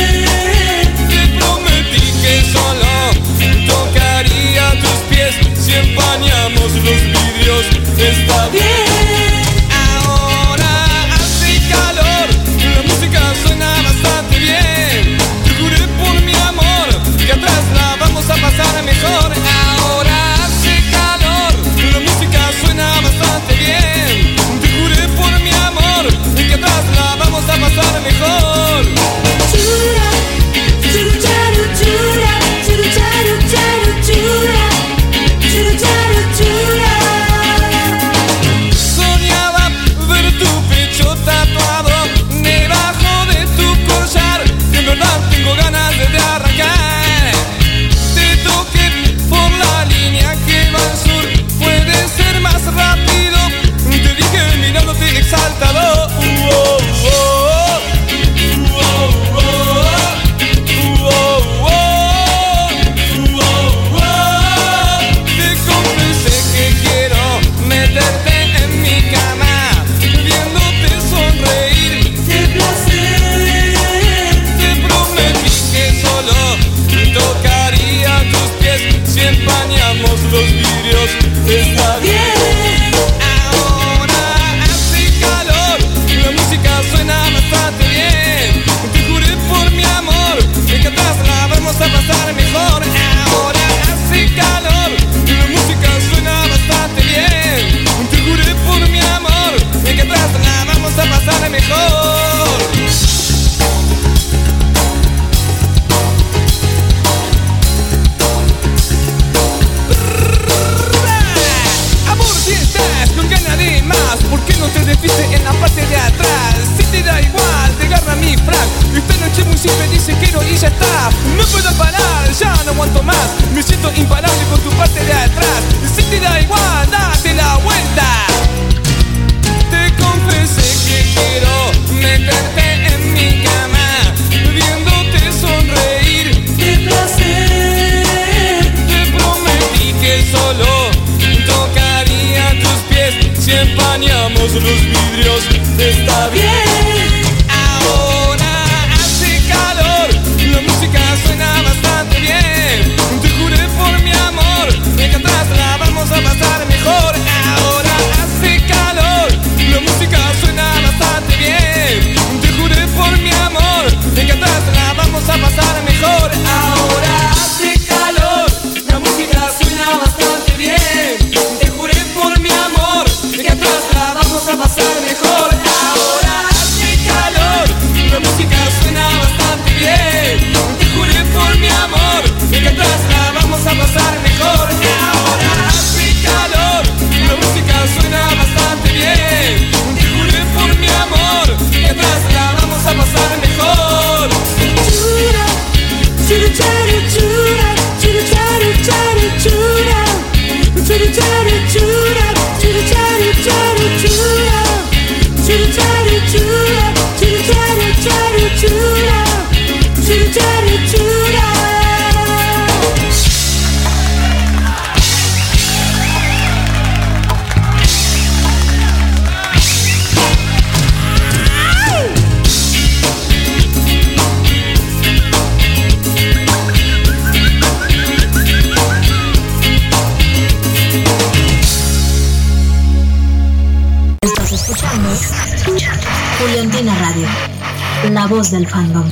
Solo tocaría tus pies si empañamos los vidrios. Está bien. Ahora hace calor, la música suena bastante bien. Te juré por mi amor que atrás la vamos a pasar mejor. Ahora hace calor, la música suena bastante bien. Te juré por mi amor que atrás la vamos a pasar mejor. Chura, churu, charu, chura. Churu, charu, charu, chura. Churu, charu, chura. está bien. Ahora hace calor, la música suena bastante bien. Te juré por mi amor que atrás la vamos a pasar mejor. Ahora hace calor, la música suena bastante bien. Te juré por mi amor que atrás la vamos a pasar mejor. Amor, si estás con ganas de más, ¿por qué no te desviste en la parte de atrás? Si te da igual, te agarra mi frac. Esta noche muy simple dice quiero y ya está. No puedo parar, ya no aguanto más. Me siento imparable con tu parte de atrás. Si te da igual, date la vuelta. Te confesé que quiero meterte en mi cama, viéndote sonreír de placer. Te prometí que solo tocaría tus pies si empañamos los vidrios. Está bien. Ahora hace calor, la música suena bastante bien. Te juré por mi amor que atrás la vamos a pasar mejor. Ahora hace calor, la música suena bastante bien. Te juré por mi amor que atrás la vamos a pasar mejor. Ahora hace calor, la música suena bastante bien. Te juré por mi amor que atrás la vamos a pasar mejor. Ahora hace calor, la música suena bastante bien. Te juré por mi amor que atrás la vamos a pasar mejor. Ahora hace calor, la música suena bastante bien. Te juré por mi amor que atrás la vamos a pasar mejor. Chura, chura, chura, chura, chura, chura, chura, chura, chura, chura, chura, chura, chura, chura, chura, chura, chura, chura, chura, chura. Estás escuchando Juliantina Radio, la voz del fandom.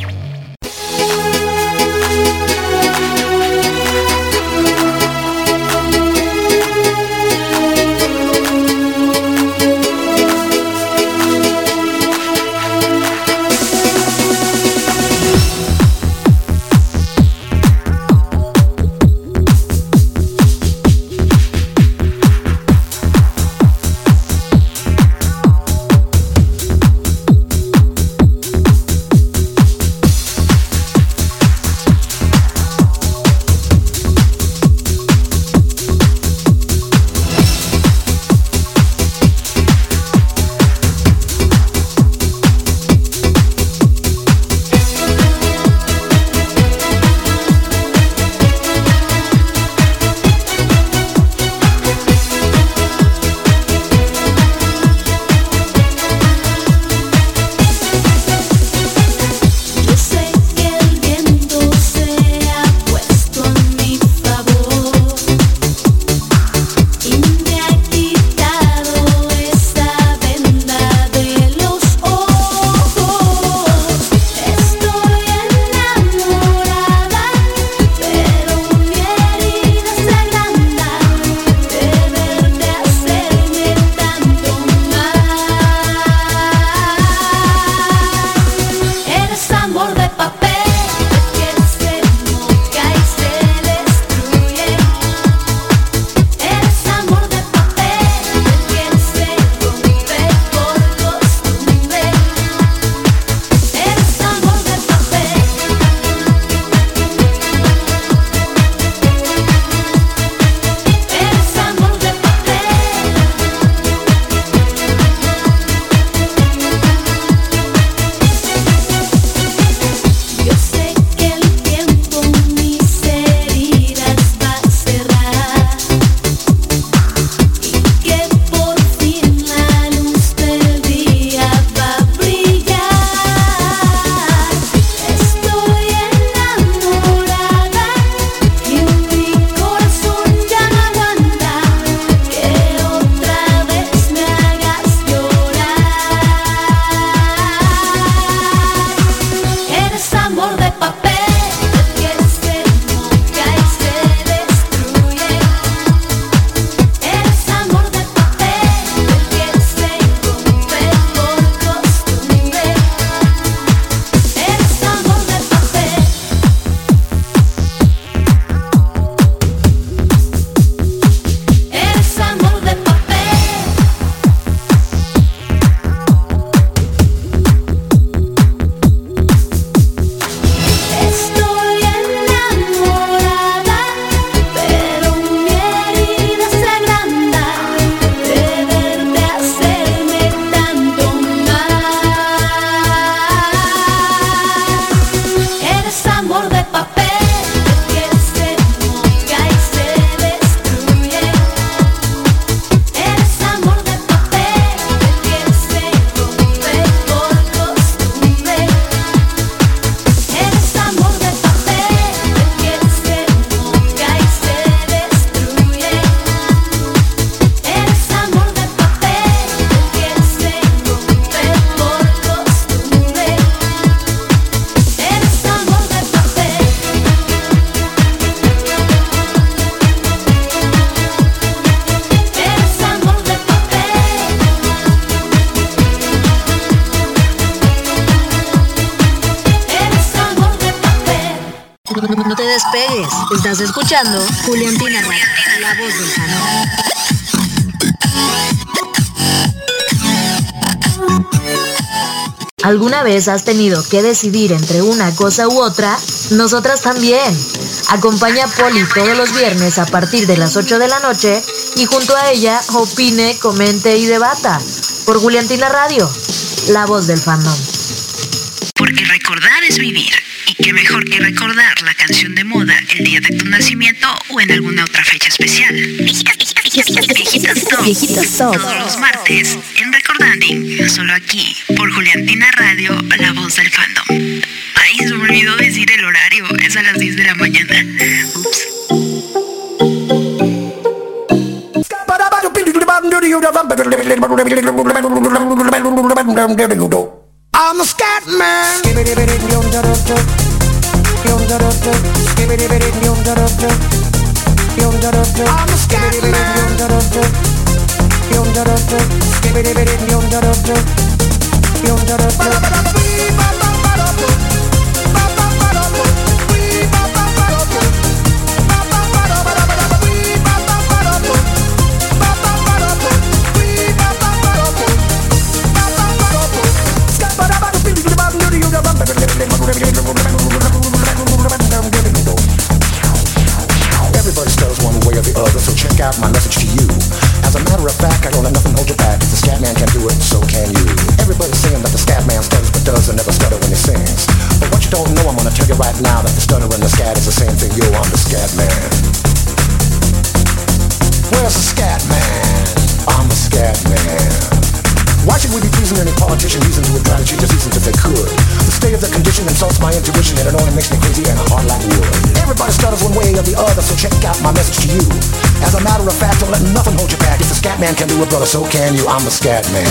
Estás escuchando Juliantina Radio, la voz del fandom. ¿Alguna vez has tenido que decidir entre una cosa u otra? Nosotras también. Acompaña a Poli todos los viernes a partir de las ocho de la noche y junto a ella opine, comente y debata. Por Juliantina Radio, la voz del fandom. Porque recordar es vivir. Y qué mejor que recordar la canción de moda el día de tu nacimiento o en alguna otra fecha especial. Viejitas, viejitas, viejitas, viejitas, top. Viejitas top. Todos los martes en Recordanding, solo aquí, por Juliantina Radio, la voz del fandom. Ay, se me olvidó decir el horario, es a las diez de la mañana. Ups. I'm a scat man. I'm a scat Everybody stutters one way or the other, so check out my message to you. As a matter of fact, I don't let nothing hold you back. If the scat man can do it, so can you. Everybody's saying that the scat man stutters but does and never stutter when he sings. But what you don't know, I'm gonna tell you right now, that the stutter and the scat is the same thing. Yo, I'm the scat man. Where's the scat man? I'm the scat man. Why should we be pleasing any politician using to try to change the seasons if they could? The state of the condition insults my intuition and it only makes me crazy and hard like wood. Everybody stutters one way or the other, so check out my message to you. As a matter of fact, don't let nothing hold you back. If the scat man can do it, brother, so can you. I'm the scat man.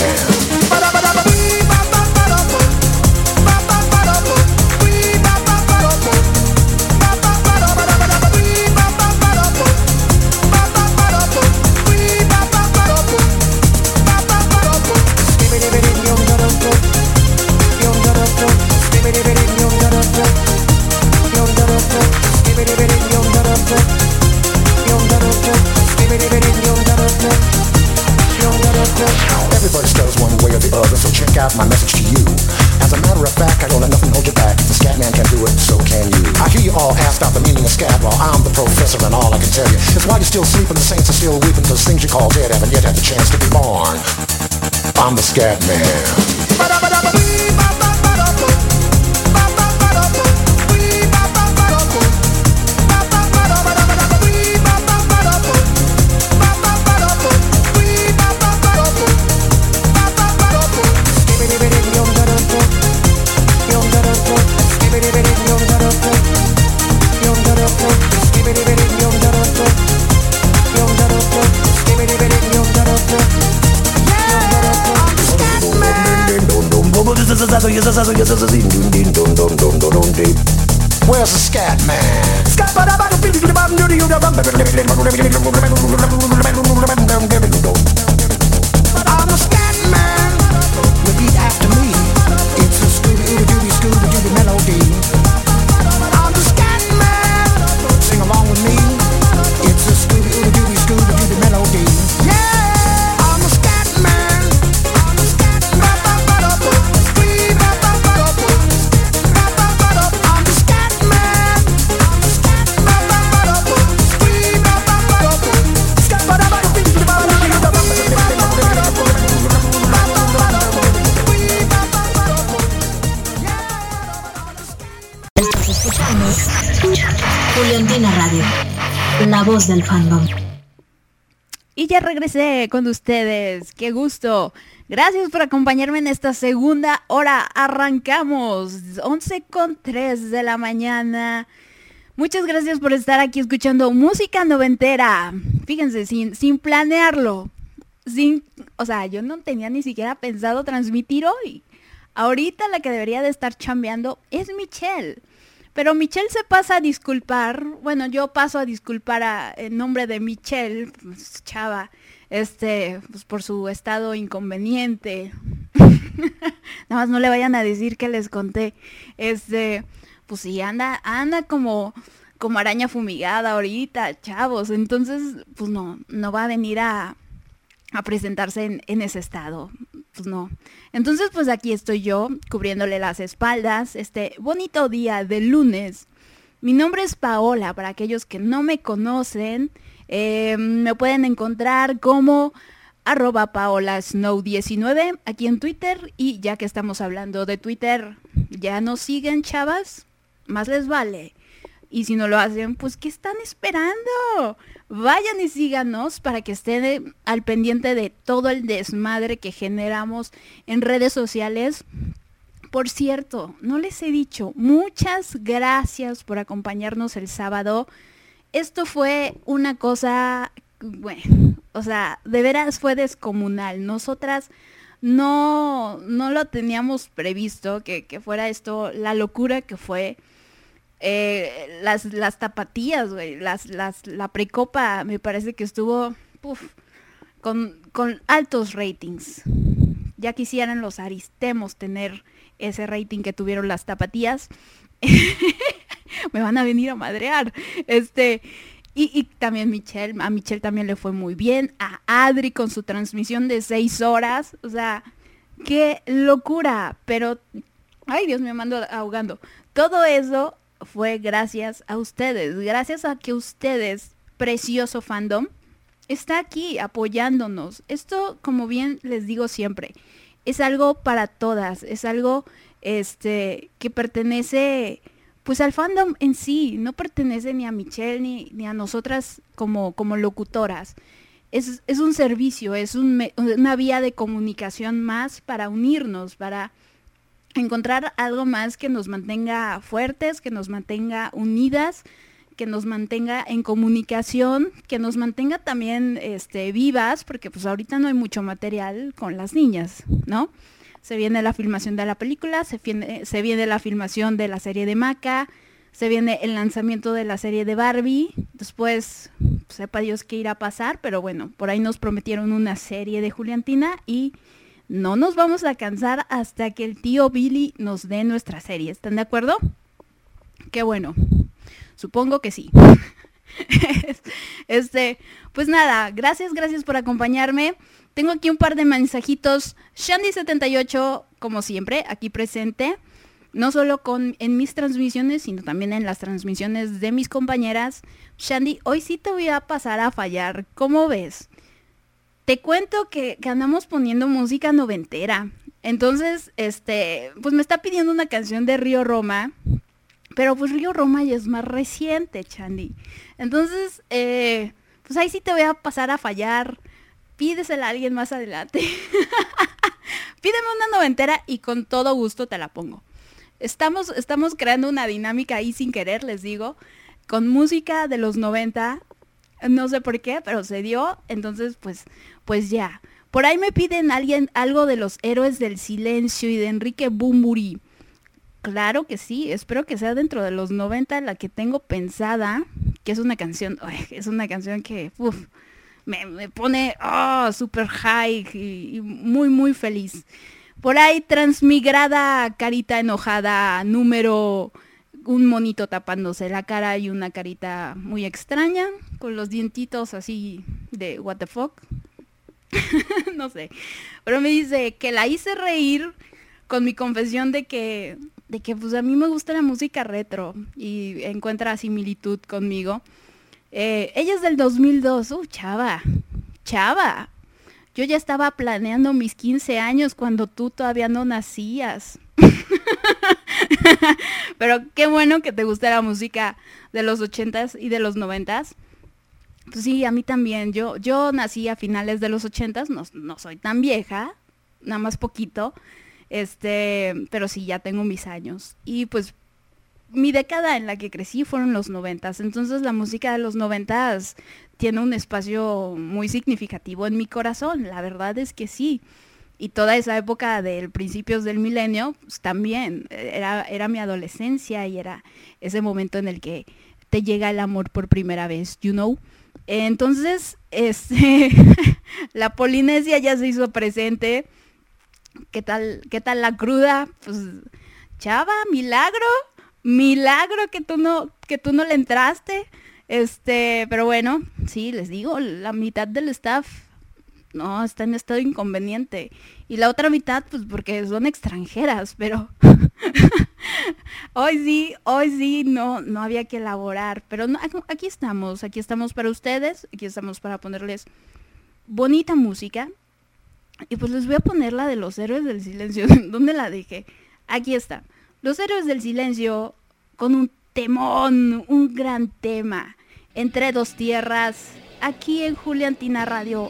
Everybody stutters one way or the other, so check out my message to you. As a matter of fact, I don't let nothing hold you back. If the scat man can do it, so can you. I hear you all ask out the meaning of scat, well, I'm the professor and all I can tell you is why you're still sleeping, the saints are still weeping, cause things you call dead haven't yet had the chance to be born. I'm the scat man. Where's the scat man? I'm a scat man. Repeat after me. It's a Scooby-Dooby, Scooby-Dooby melody. I'm the scat man. Sing along with me. It's a Scooby-Dooby, Scooby-Dooby melody. Yeah, I'm a scat man. I'm a scat man. I'm the scat man. Estás escuchando Juliantina Radio, la voz del fandom. Y ya regresé con ustedes, qué gusto. Gracias por acompañarme en esta segunda hora. Arrancamos, once con tres de la mañana. Muchas gracias por estar aquí escuchando música noventera. Fíjense, sin, sin planearlo. Sin, o sea, yo no tenía ni siquiera pensado transmitir hoy. Ahorita la que debería de estar chambeando es Michelle. Pero Michelle se pasa a disculpar. Bueno, yo paso a disculpar a, en nombre de Michelle, pues, chava, este, pues por su estado inconveniente. Nada más no le vayan a decir que les conté. Este, pues sí, anda, anda como, como araña fumigada ahorita, chavos. Entonces, pues no, no va a venir a, a presentarse en, en ese estado. Pues no. Entonces, pues aquí estoy yo, cubriéndole las espaldas, este bonito día de lunes. Mi nombre es Paola, para aquellos que no me conocen, eh, me pueden encontrar como arroba paola snow diecinueve aquí en Twitter. Y ya que estamos hablando de Twitter, ¿ya nos siguen, chavas? Más les vale. Y si no lo hacen, pues ¿qué están esperando? Vayan y síganos para que estén al pendiente de todo el desmadre que generamos en redes sociales. Por cierto, no les he dicho, muchas gracias por acompañarnos el sábado. Esto fue una cosa, bueno, o sea, de veras fue descomunal. Nosotras no, no lo teníamos previsto, que, que fuera esto, la locura que fue. Eh, las, las tapatías, güey, las, las, la precopa me parece que estuvo uf, con, con altos ratings. Ya quisieran los aristemos tener ese rating que tuvieron las tapatías. Me van a venir a madrear. Este, y, y también Michelle, a Michelle también le fue muy bien. A Adri con su transmisión de seis horas. O sea, qué locura. Pero, ay Dios, me mando ahogando. Todo eso fue gracias a ustedes, gracias a que ustedes, precioso fandom, está aquí apoyándonos. Esto, como bien les digo siempre, es algo para todas, es algo este que pertenece pues al fandom en sí, no pertenece ni a Michelle ni, ni a nosotras como, como locutoras. Es, es un servicio, es un, una vía de comunicación más para unirnos, para encontrar algo más que nos mantenga fuertes, que nos mantenga unidas, que nos mantenga en comunicación, que nos mantenga también este, vivas, porque pues ahorita no hay mucho material con las niñas, ¿no? Se viene la filmación de la película, se viene, se viene la filmación de la serie de Maca, se viene el lanzamiento de la serie de Barbie, después sepa Dios qué irá a pasar, pero bueno, por ahí nos prometieron una serie de Juliantina y no nos vamos a cansar hasta que el tío Billy nos dé nuestra serie. ¿Están de acuerdo? Qué bueno. Supongo que sí. Este, pues nada, gracias, gracias por acompañarme. Tengo aquí un par de mensajitos. Shandy setenta y ocho, como siempre, aquí presente. No solo con, en mis transmisiones, sino también en las transmisiones de mis compañeras. Shandy, hoy sí te voy a pasar a fallar. ¿Cómo ves? Te cuento que, que andamos poniendo música noventera. Entonces, este, pues me está pidiendo una canción de Río Roma. Pero pues Río Roma ya es más reciente, Shandy. Entonces, eh, pues ahí sí te voy a pasar a fallar. Pídesela a alguien más adelante. Pídeme una noventera y con todo gusto te la pongo. Estamos, estamos creando una dinámica ahí sin querer, les digo, con música de los noventa. No sé por qué, pero se dio. Entonces, pues, pues ya. Por ahí me piden alguien algo de los Héroes del Silencio y de Enrique Bunbury. Claro que sí, espero que sea dentro de los noventa la que tengo pensada, que es una canción, ay, es una canción que uf, me, me pone oh, super high y, y muy muy feliz. Por ahí transmigrada carita enojada, número, un monito tapándose la cara y una carita muy extraña, con los dientitos así de what the fuck. No sé, pero me dice que la hice reír con mi confesión de que de que pues a mí me gusta la música retro y encuentra similitud conmigo. Eh, ella es del dos mil dos, uh, chava, chava. Yo ya estaba planeando mis quince años cuando tú todavía no nacías. Pero qué bueno que te gusta la música de los ochentas y de los noventas. Pues sí, a mí también. Yo, yo nací a finales de los ochentas, no, no soy tan vieja, nada más poquito. Este, pero sí, ya tengo mis años. Y pues mi década en la que crecí fueron los noventas. Entonces la música de los noventas tiene un espacio muy significativo en mi corazón. La verdad es que sí. Y toda esa época de principios del milenio, pues también era, era mi adolescencia y era ese momento en el que te llega el amor por primera vez, you know. Entonces, este, la Polinesia ya se hizo presente. ¿Qué tal, qué tal la cruda? Pues, chava, milagro, milagro que tú no, que tú no le entraste. Este, pero bueno, sí, les digo, la mitad del staff no está en estado inconveniente. Y la otra mitad, pues porque son extranjeras, pero hoy sí, hoy sí, no, no había que elaborar. Pero no, aquí estamos, aquí estamos para ustedes, aquí estamos para ponerles bonita música. Y pues les voy a poner la de Los Héroes del Silencio. ¿Dónde la dejé? Aquí está. Los Héroes del Silencio con un temón, un gran tema. Entre dos tierras, aquí en Juliantina Radio.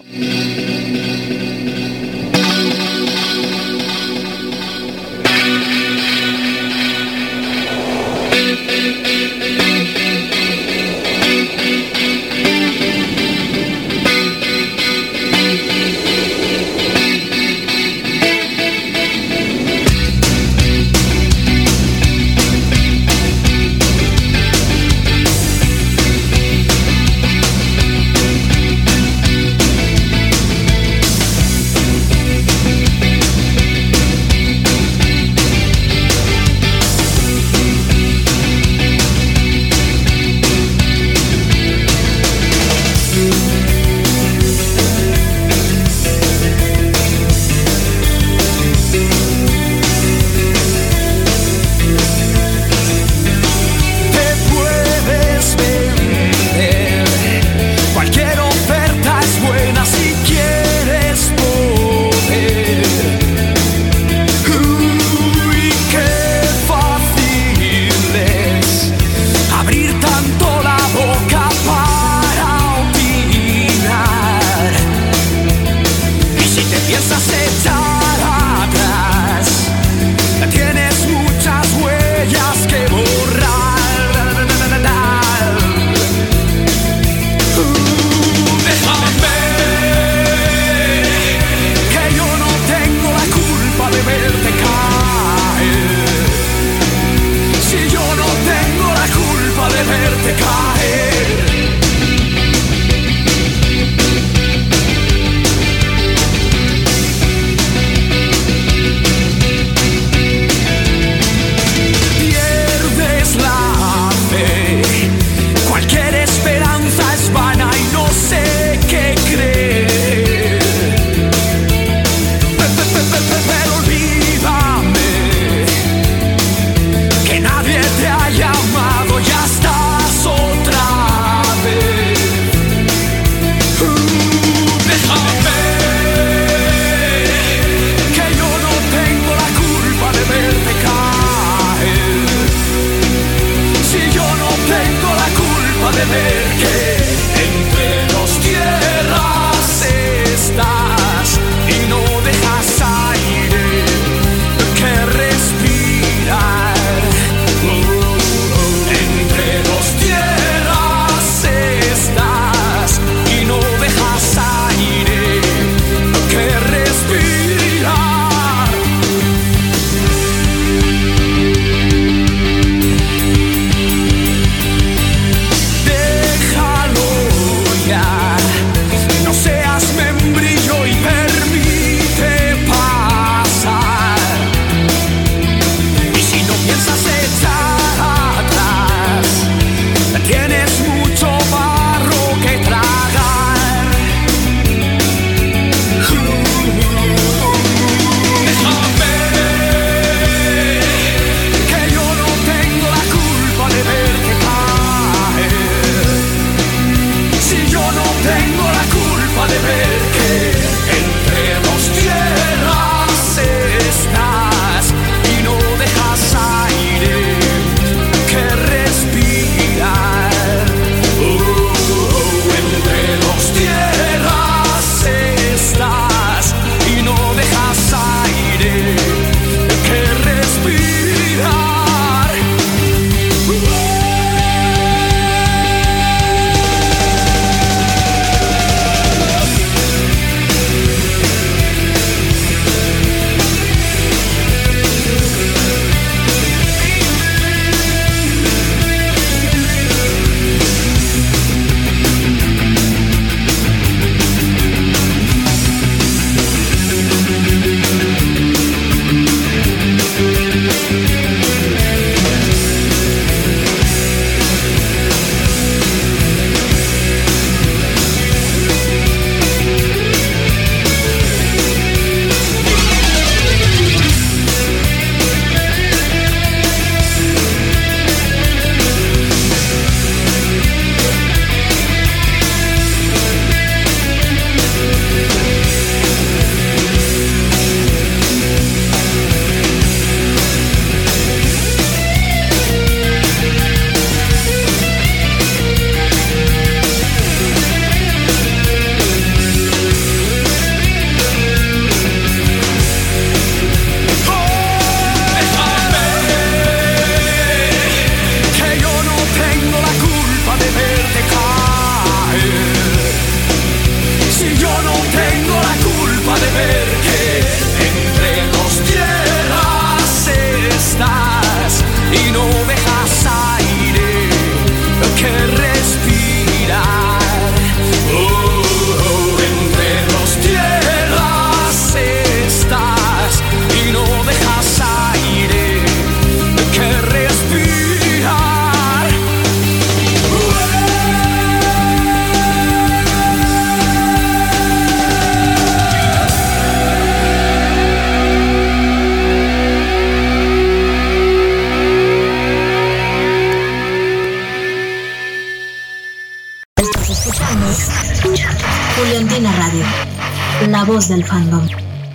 voz del fandom.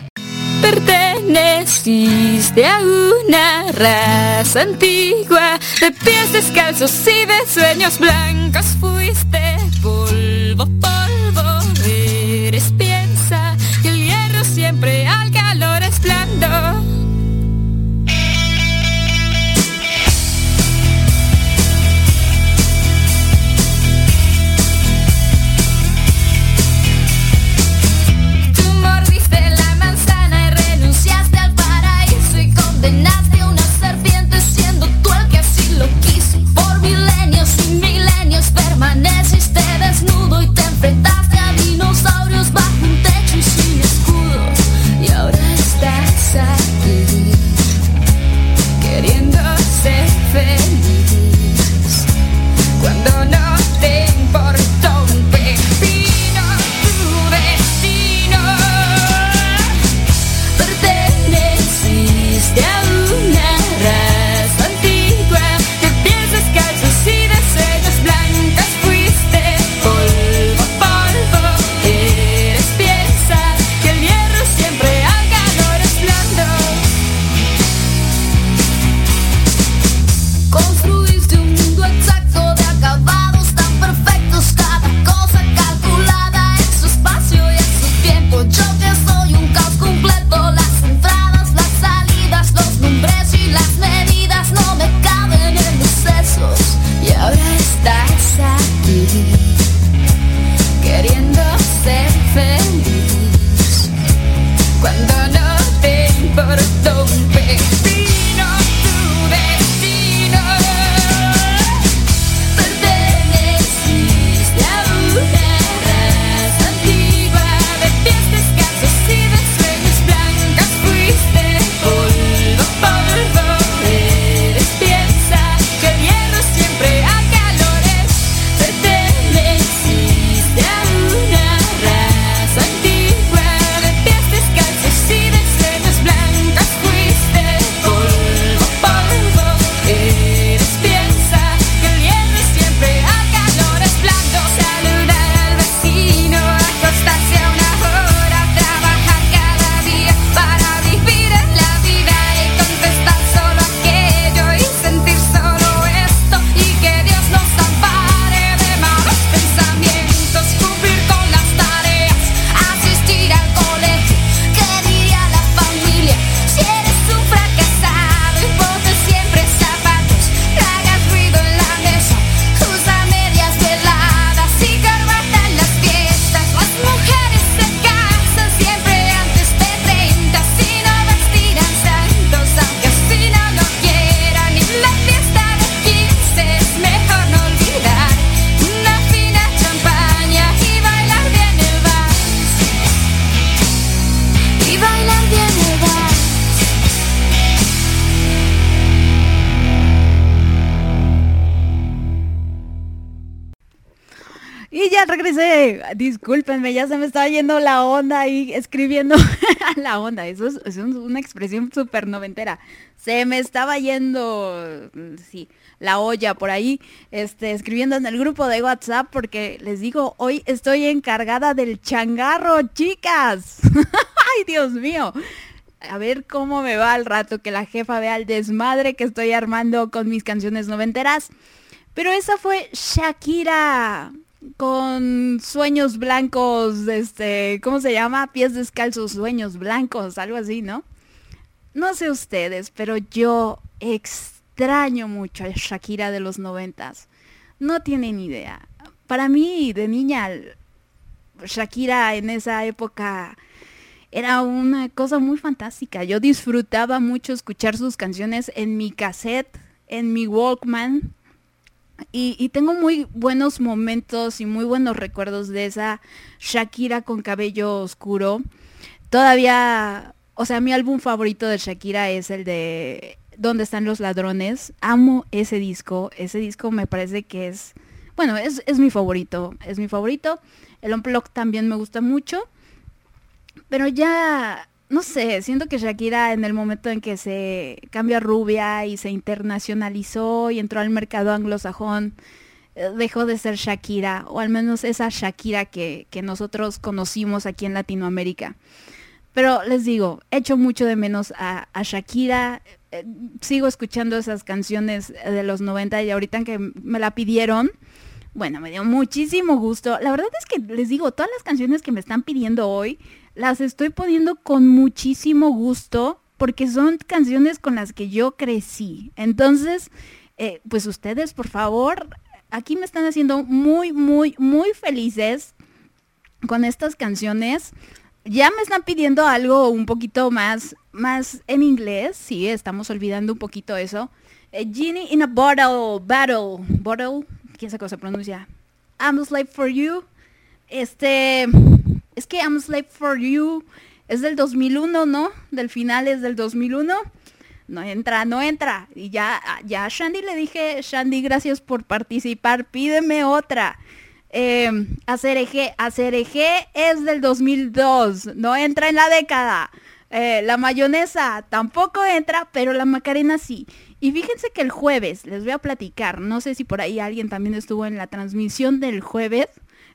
Perteneciste a una raza antigua, de pies descalzos y de sueños blancos. Fuiste polvo, polvo, eres piensa que el hierro siempre al calor es blando. Condenaste a una serpiente siendo tú el que así lo quiso. Por milenios y milenios permaneciste desnudo y te enfrentaste a dinosaurios bajo un techo y sin escudo. Y ahora estás aquí, queriendo ser feliz, cuando no te importó un pepino tu destino. Perteneciste a una raza antigua, de pies descalzos y de sueños blancos. Fuiste polvo, polvo, eres piensa que el hierro siempre al calor es blando. Construiste un mundo exacto de acabados tan perfectos, cada cosa calculada en su espacio y en su tiempo. Yo que soy un caos completo, las entradas, las salidas, los nombres y las medidas no me caben en los sesos. Y ahora estás aquí, queriendo ser feliz, cuando no te importó un pepino tu destino. Perteneciste a una raza antigua, de pies descalzos y de sueños blancos. Fuiste polvo, polvo, eres piensa que el hierro siempre a calores. Perteneciste a una raza antigua, de pies descalzos y de sueños blancos. Fuiste polvo, polvo, eres piensa que el hierro siempre a calores blando. Saludar al vecino, acostarse a una hora, trabajar cada día para vivir en la vida y contestar solo aquello y sentir solo esto, y que Dios nos ampare de malos pensamientos. Cumplir con las tareas, asistir al colegio, ¿qué diría la familia si eres un fracasado? Y ponte siempre zapatos, no hagas ruido en la mesa, usa medias veladas y corbata en las fiestas. Las mujeres se casan siempre antes de treinta, si no vestirán santos, aunque así no lo quieran. Y la fiesta de quince es mejor no olvidar una fina champaña y bailar bien el vals, y bailar bien el vals. Y ya regresé. Discúlpenme, ya se me estaba yendo la onda ahí escribiendo. La onda, eso es, eso es una expresión súper noventera. Se me estaba yendo, sí, la olla por ahí, este, escribiendo en el grupo de WhatsApp, porque les digo, hoy estoy encargada del changarro, chicas. Ay, Dios mío. A ver cómo me va al rato que la jefa vea el desmadre que estoy armando con mis canciones noventeras. Pero esa fue Shakira con Sueños Blancos, este, ¿cómo se llama? Pies descalzos, Sueños Blancos, algo así, ¿no? No sé ustedes, pero yo extraño mucho a Shakira de los noventas. No tienen idea. Para mí, de niña, Shakira en esa época era una cosa muy fantástica. Yo disfrutaba mucho escuchar sus canciones en mi cassette, en mi Walkman. Y, y tengo muy buenos momentos y muy buenos recuerdos de esa Shakira con cabello oscuro. Todavía, o sea, mi álbum favorito de Shakira es el de ¿Dónde están los ladrones? Amo ese disco. Ese disco me parece que es, bueno, es, es mi favorito. Es mi favorito. El Unplugged también me gusta mucho. Pero ya, no sé, siento que Shakira en el momento en que se cambia rubia y se internacionalizó y entró al mercado anglosajón, dejó de ser Shakira, o al menos esa Shakira que, que nosotros conocimos aquí en Latinoamérica. Pero les digo, echo mucho de menos a, a Shakira, eh, sigo escuchando esas canciones de los noventa y ahorita que me la pidieron, bueno, me dio muchísimo gusto. La verdad es que les digo, todas las canciones que me están pidiendo hoy, las estoy poniendo con muchísimo gusto, porque son canciones con las que yo crecí. Entonces, eh, pues ustedes, por favor, aquí me están haciendo muy, muy, muy felices con estas canciones. Ya me están pidiendo algo un poquito más, más en inglés. Sí, estamos olvidando un poquito eso. Eh, Genie in a Bottle, Battle, Bottle, ¿quién sabe cómo se pronuncia? I'm a Slave for You. Este, es que I'm a Slave for You es del dos mil uno, ¿no? Del final es del dos mil uno. No entra, no entra. Y ya, ya a Shandy le dije, Shandy, gracias por participar, pídeme otra. Eh, Acereje, Acereje es del dos mil dos, no entra en la década. Eh, la mayonesa tampoco entra, pero la Macarena sí. Y fíjense que el jueves, les voy a platicar, no sé si por ahí alguien también estuvo en la transmisión del jueves.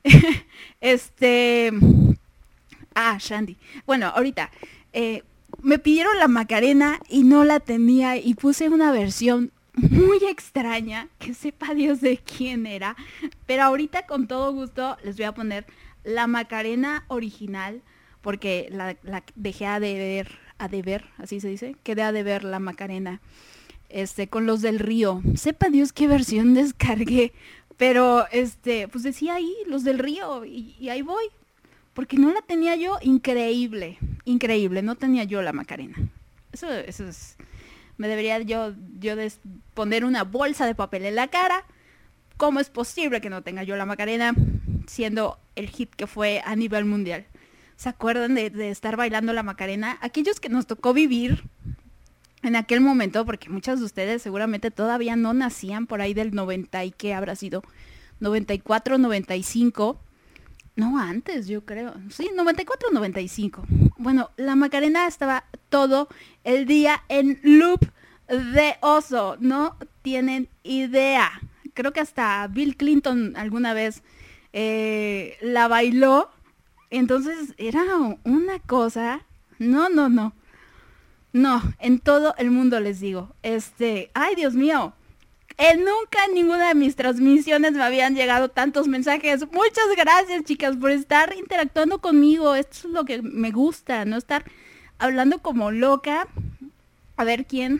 este... Ah, Shandy. Bueno, ahorita, eh, me pidieron la Macarena y no la tenía y puse una versión muy extraña, que sepa Dios de quién era, pero ahorita con todo gusto les voy a poner la Macarena original, porque la, la dejé a deber, a deber, así se dice, quedé a deber la Macarena, este, con los del Río. Sepa Dios qué versión descargué, pero este, pues decía ahí, los del Río, y, y ahí voy, porque no la tenía yo. Increíble, increíble, no tenía yo la Macarena. Eso, eso es... Me debería yo, yo des poner una bolsa de papel en la cara. ¿Cómo es posible que no tenga yo la Macarena siendo el hit que fue a nivel mundial? ¿Se acuerdan de, de estar bailando la Macarena? Aquellos que nos tocó vivir en aquel momento, porque muchos de ustedes seguramente todavía no nacían por ahí del noventa y qué habrá sido, noventa y cuatro, noventa y cinco... No, antes, yo creo. Sí, noventa y cuatro, noventa y cinco. Bueno, la Macarena estaba todo el día en loop de oso. No tienen idea. Creo que hasta Bill Clinton alguna vez eh, la bailó. Entonces era una cosa... No, no, no. No, en todo el mundo les digo. Este... ¡Ay, Dios mío! Eh, nunca en ninguna de mis transmisiones me habían llegado tantos mensajes. Muchas gracias, chicas, por estar interactuando conmigo. Esto es lo que me gusta, no estar hablando como loca. A ver quién.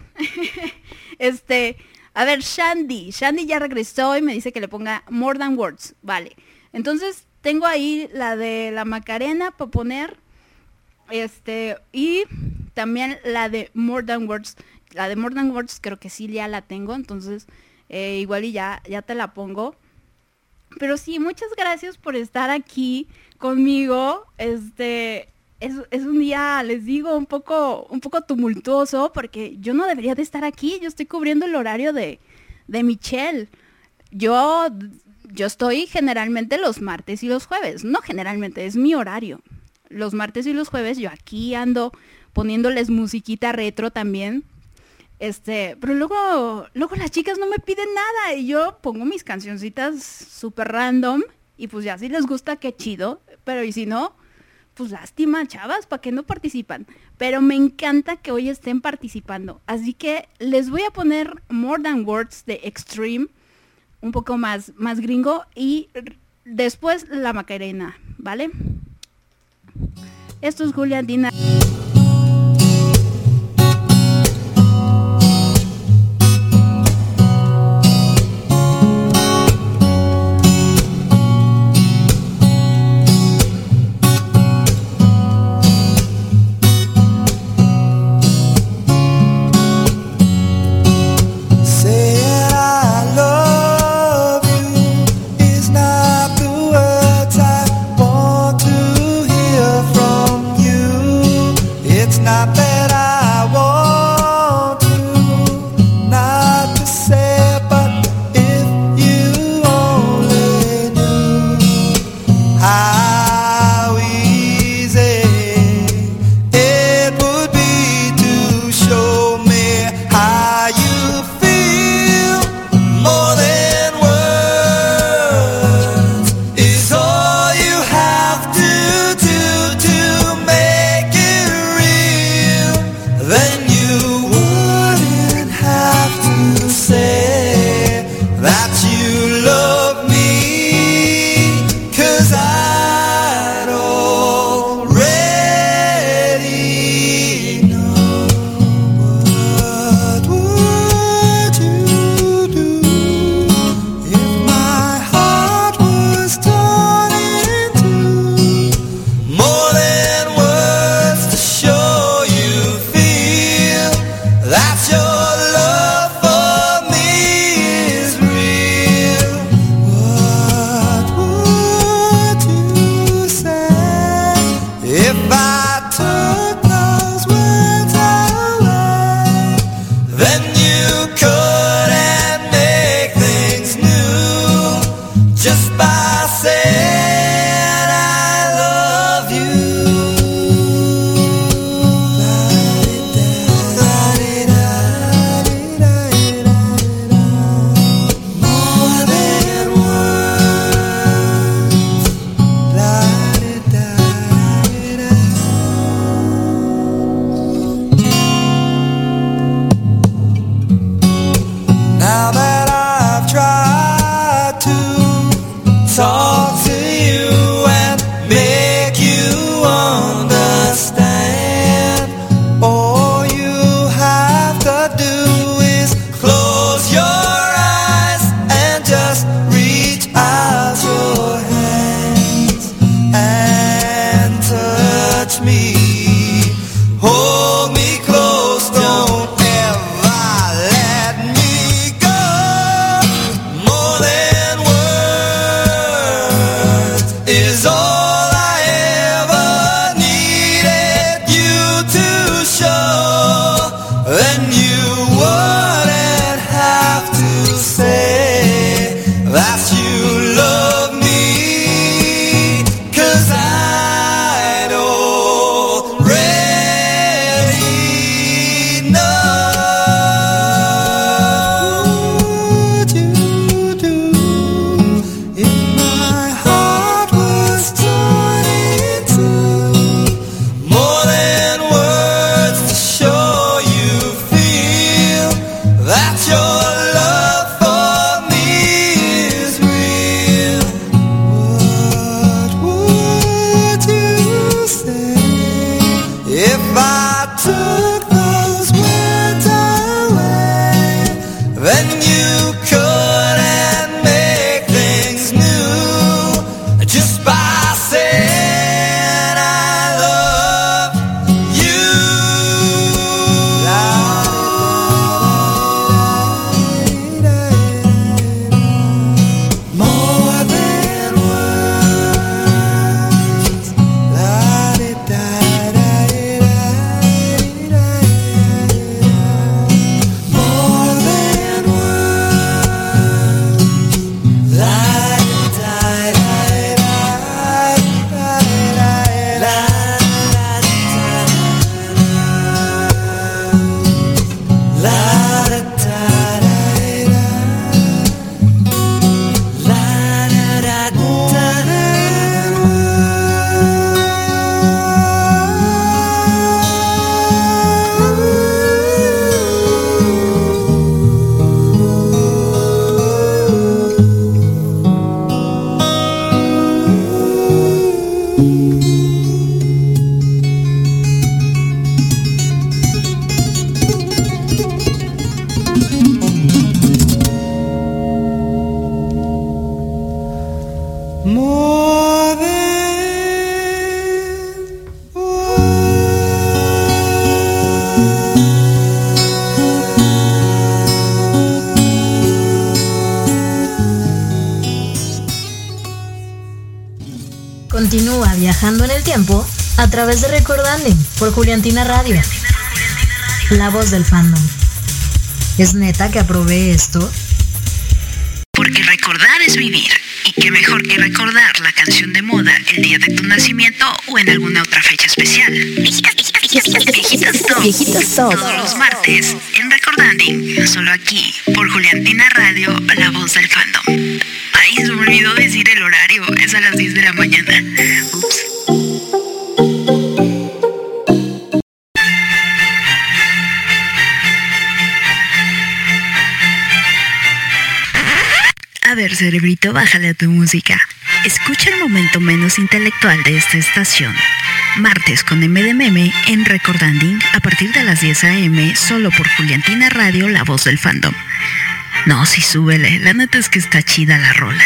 este, a ver, Shandy. Shandy ya regresó y me dice que le ponga More Than Words. Vale. Entonces tengo ahí la de la Macarena para poner. Este, y también la de More Than Words. La de More Than Words creo que sí ya la tengo, entonces eh, igual y ya, ya te la pongo. Pero sí, muchas gracias por estar aquí conmigo. Este es, es un día, les digo, un poco, un poco tumultuoso, porque yo no debería de estar aquí. Yo estoy cubriendo el horario de, de Michelle. Yo, yo estoy generalmente los martes y los jueves. No generalmente, es mi horario. Los martes y los jueves yo aquí ando poniéndoles musiquita retro también. Este, pero luego, luego las chicas no me piden nada y yo pongo mis cancioncitas súper random y pues ya si les gusta, qué chido, pero y si no, pues lástima, chavas, ¿para qué no participan? Pero me encanta que hoy estén participando, así que les voy a poner More Than Words de Extreme, un poco más, más gringo, y después la Macarena, ¿vale? Esto es Juliantina. More than words. If I took those words away, then you couldn't make things new just by saying I love you. More than words. More than Continúa viajando en el tiempo a través de Recordanding por Juliantina Radio, la voz del fandom. ¿Es neta que aprobé esto? Porque recordar es vivir. Y qué mejor que recordar la canción de moda el día de tu nacimiento o en alguna otra fecha especial. Viejitas, viejitas, viejitas, viejitas top. Viejitas top. Todos los martes en Recordanding, solo aquí por Juliantina Radio, la voz del fandom. Ay, se me olvidó decir el horario, es a las diez de la mañana. Ups. A ver, cerebrito, bájale a tu música. Escucha el momento menos intelectual de esta estación. Martes con M de Meme en Recordanding a partir de las diez a.m. solo por Juliantina Radio, la voz del fandom. No, sí, súbele. La neta es que está chida la rola.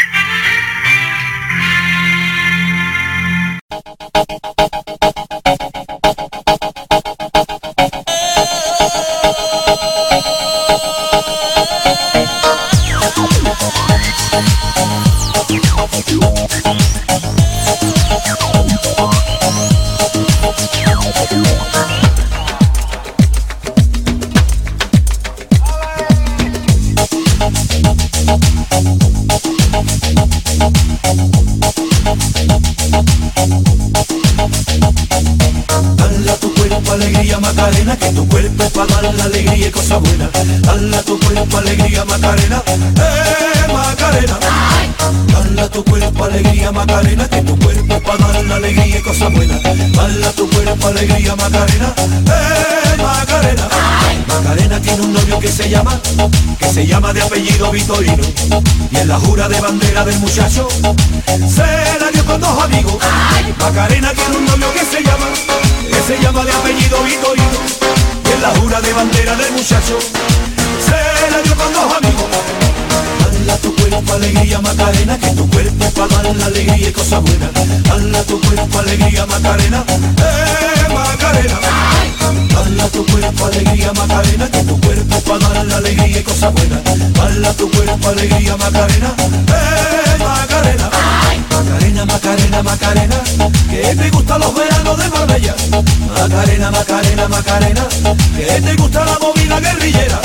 Dale a tu cuerpo alegría Macarena, que tu cuerpo es para dar la alegría y cosas buenas. Dale a tu cuerpo alegría Macarena, eh Macarena. Dale a tu cuerpo alegría Macarena, que tu cuerpo es para dar la alegría y cosas buenas. Dale a tu cuerpo alegría Macarena, eh Macarena. Macarena tiene un novio que se llama, que se llama de apellido Vitorino, y en la jura de bandera del muchacho se la dio con dos amigos. Macarena tiene un novio que se llama, que se llama de apellido Vitorino, y en la jura de bandera del muchacho se la dio con dos amigos. Dale a tu cuerpo alegría Macarena, que tu cuerpo es para dar la alegría y cosas buenas. Dale a tu cuerpo alegría Macarena, eh Macarena. Dale a tu cuerpo alegría Macarena, que tu cuerpo es para dar la alegría y cosas buenas. Dale a tu cuerpo alegría Macarena, eh Macarena. Macarena, Macarena, Macarena, que te gustan los veranos de Marbella. Macarena, Macarena, Macarena, que te gusta la movida guerrillera.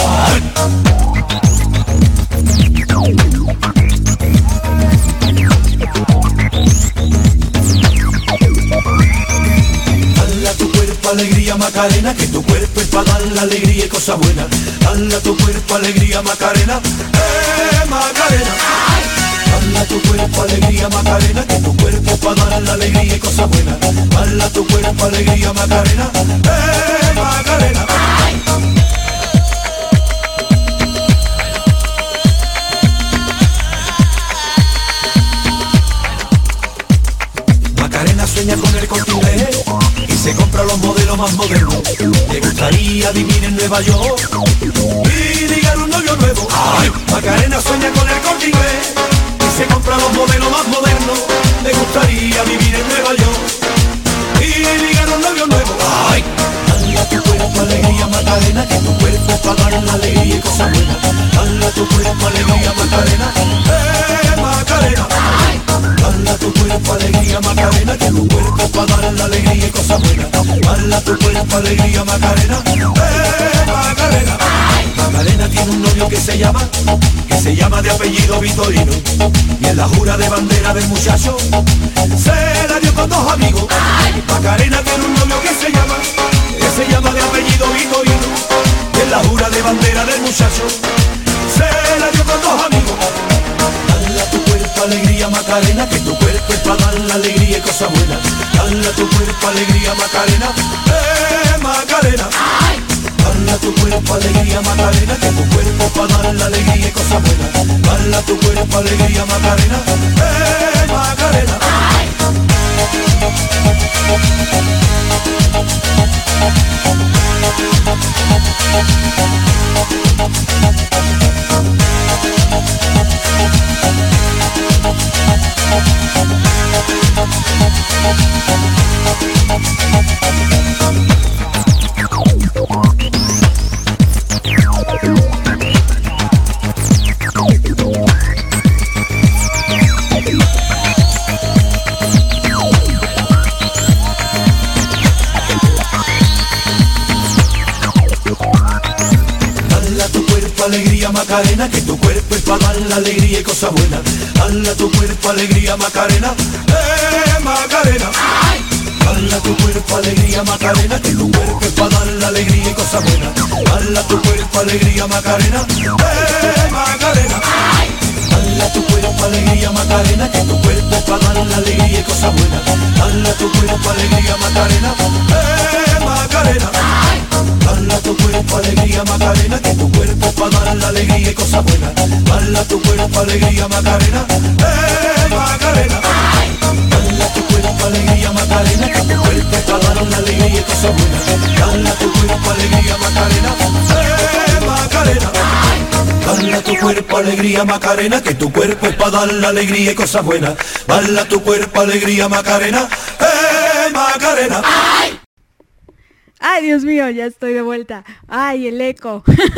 Dale a tu cuerpo alegría Macarena, que tu cuerpo es para dar la alegría y cosas buenas. Dale a tu cuerpo alegría Macarena, eh Macarena. Dale a tu cuerpo alegría Macarena, que tu cuerpo es para dar la alegría y cosas buenas. Dale a tu cuerpo alegría Macarena, eh Macarena. Macarena sueña con el Corte Inglés y se compra los modelos modelos más modernos. ¿Te gustaría vivir en Nueva York y ligar un novio nuevo? Ay, Macarena sueña con el Corte Inglés y se compra los modelos más modernos. ¿Te gustaría vivir en Nueva York y ligar un novio nuevo? Ay, dale a tu cuerpo alegría Macarena, que tu cuerpo es para dar la alegría y cosas buenas. Dale a tu cuerpo alegría Macarena, eh Macarena. Dale a tu cuerpo alegría Macarena, que tu cuerpo es para dar la alegría y cosas buenas. Dale a tu cuerpo alegría Macarena, eh Macarena. Macarena tiene un novio que se llama, que se llama de apellido Vitorino, y en la jura de bandera del muchacho se la dio con dos amigos. Macarena tiene un novio que se llama, que se llama de apellido Vitorino, y en la jura de bandera del muchacho se la dio con dos amigos. Dale a tu cuerpo alegría Macarena, que tu cuerpo es para dar la alegría y cosas buenas. Dale a tu cuerpo alegría Macarena, eh Macarena. Dale a tu cuerpo alegría Macarena, que tu cuerpo es para dar la alegría y cosas buenas. Dale a tu cuerpo alegría Macarena, eh Macarena. Alegría Macarena, que tu cuerpo es para dar la alegría y cosas buenas. Dale a tu cuerpo alegría Macarena, eh Macarena. Dale a tu cuerpo alegría Macarena, que tu cuerpo es para dar la alegría y cosas buenas. Dale a tu cuerpo alegría Macarena, eh Macarena. Dale a tu cuerpo alegría Macarena, que tu cuerpo es para dar la alegría y cosas buenas. Dale a tu cuerpo alegría Macarena, eh Macarena. Dale a tu cuerpo alegría Macarena, que tu cuerpo es para dar la alegría y cosas buenas. Dale a tu cuerpo alegría Macarena, eh Macarena. Dale a tu cuerpo alegría Macarena, que tu cuerpo es para dar la alegría y cosas buenas. Dale a tu cuerpo alegría Macarena, eh Macarena. Dale a tu cuerpo alegría Macarena, que tu cuerpo es para dar la alegría y cosas buenas. Dale a tu cuerpo alegría Macarena, eh Macarena. Ay, Dios mío, ya estoy de vuelta. Ay, el eco.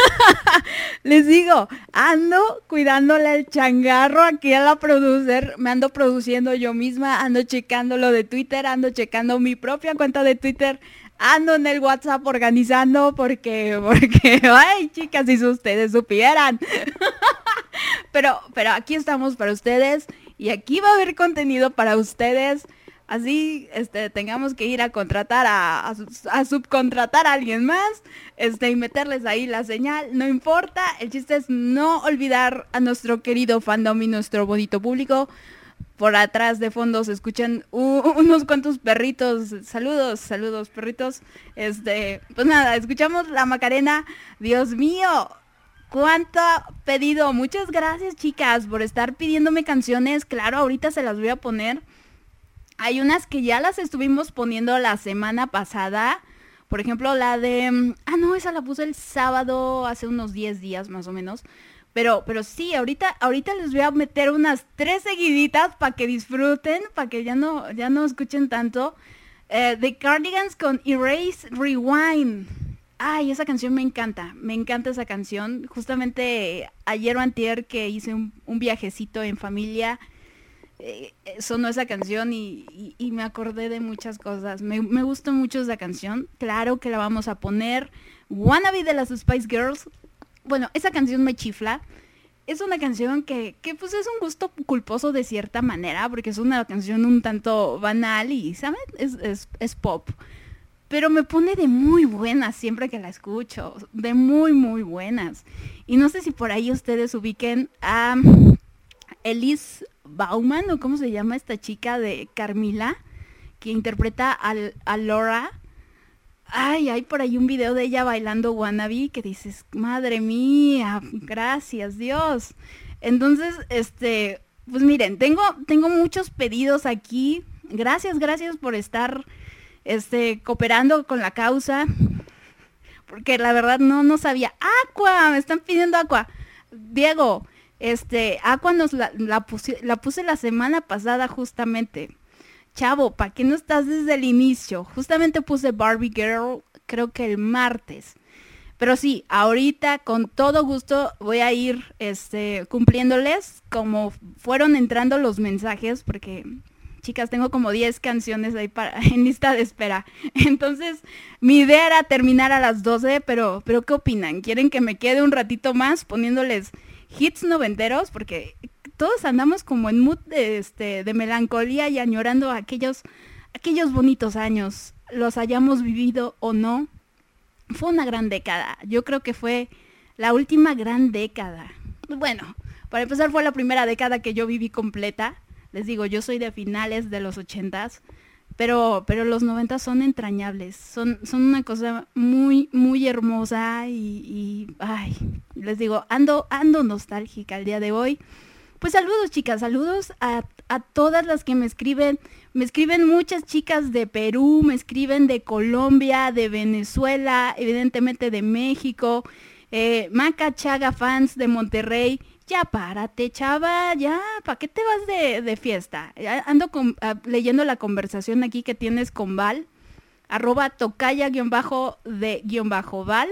Les digo, ando cuidándole al changarro aquí a la producer. Me ando produciendo yo misma, ando checando lo de Twitter, ando checando mi propia cuenta de Twitter. Ando en el WhatsApp organizando porque, porque, ay, chicas, si ustedes supieran. pero, pero aquí estamos para ustedes y aquí va a haber contenido para ustedes. Así, este, tengamos que ir a contratar a, a, a subcontratar a alguien más, este, y meterles ahí la señal, no importa, el chiste es no olvidar a nuestro querido fandom y nuestro bonito público. Por atrás de fondo se escuchan uh, unos cuantos perritos, saludos, saludos perritos, este, pues nada, escuchamos la Macarena, Dios mío. ¡Cuánto pedido! Muchas gracias, chicas, por estar pidiéndome canciones. Claro, ahorita se las voy a poner. Hay unas que ya las estuvimos poniendo la semana pasada. Por ejemplo, la de... Ah, no, esa la puse el sábado, hace unos diez días más o menos. Pero, pero sí, ahorita, ahorita les voy a meter unas tres seguiditas para que disfruten, para que ya no, ya no escuchen tanto. Eh, The Cardigans con Erase Rewind. Ay, esa canción me encanta, me encanta esa canción. Justamente ayer o antier que hice un, un viajecito en familia, eh, sonó esa canción y, y, y me acordé de muchas cosas. Me, me gustó mucho esa canción, claro que la vamos a poner. Wannabe de las Spice Girls. Bueno, esa canción me chifla. Es una canción que, que pues es un gusto culposo de cierta manera, porque es una canción un tanto banal y, ¿saben? Es, es, es pop. Pero me pone de muy buenas siempre que la escucho, de muy, muy buenas. Y no sé si por ahí ustedes ubiquen a Elise Bauman, o cómo se llama esta chica de Carmila, que interpreta a, a Laura. Ay, hay por ahí un video de ella bailando Wannabe que dices, madre mía, gracias Dios. Entonces, este, pues miren, tengo, tengo muchos pedidos aquí. Gracias, gracias por estar este, cooperando con la causa, porque la verdad no, no sabía. Aqua, me están pidiendo Aqua. Diego, este, Aqua nos la, la, puse, la puse la semana pasada justamente. Chavo, ¿para qué no estás desde el inicio? Justamente puse Barbie Girl, creo que el martes. Pero sí, ahorita con todo gusto voy a ir este, cumpliéndoles como fueron entrando los mensajes, porque, chicas, tengo como diez canciones ahí para, en lista de espera. Entonces, mi idea era terminar a las doce, pero, pero ¿qué opinan? ¿Quieren que me quede un ratito más poniéndoles hits noventeros? Porque todos andamos como en mood de, este, de melancolía y añorando aquellos, aquellos bonitos años, los hayamos vivido o no. Fue una gran década, yo creo que fue la última gran década. Bueno, para empezar fue la primera década que yo viví completa. Les digo, yo soy de finales de los ochentas, pero, pero los noventas son entrañables, son, son una cosa muy, muy hermosa y, y ay, les digo, ando, ando nostálgica el día de hoy. Pues saludos, chicas, saludos a, a todas las que me escriben. Me escriben muchas chicas de Perú, me escriben de Colombia, de Venezuela, evidentemente de México. Eh, Maca Chaga fans de Monterrey. Ya párate, chava, ya, ¿para qué te vas de, de fiesta? Ando con, uh, leyendo la conversación aquí que tienes con Val. Arroba tocaya guión bajo de guión bajo Val.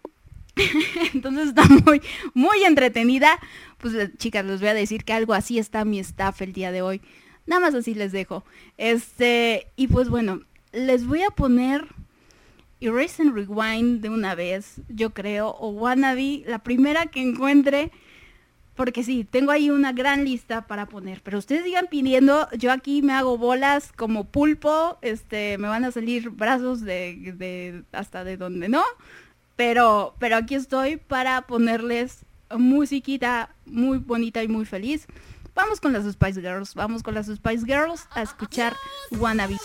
Entonces está muy, muy entretenida. Pues chicas, les voy a decir que algo así está mi staff el día de hoy. Nada más así les dejo. Este, y pues bueno, les voy a poner Erase and Rewind de una vez, yo creo, o Wannabe, la primera que encuentre, porque sí, tengo ahí una gran lista para poner, pero ustedes sigan pidiendo, yo aquí me hago bolas como pulpo, este, me van a salir brazos de, de hasta de donde no, pero, pero aquí estoy para ponerles musiquita muy bonita y muy feliz. Vamos con las Spice Girls, vamos con las Spice Girls a escuchar Wannabe.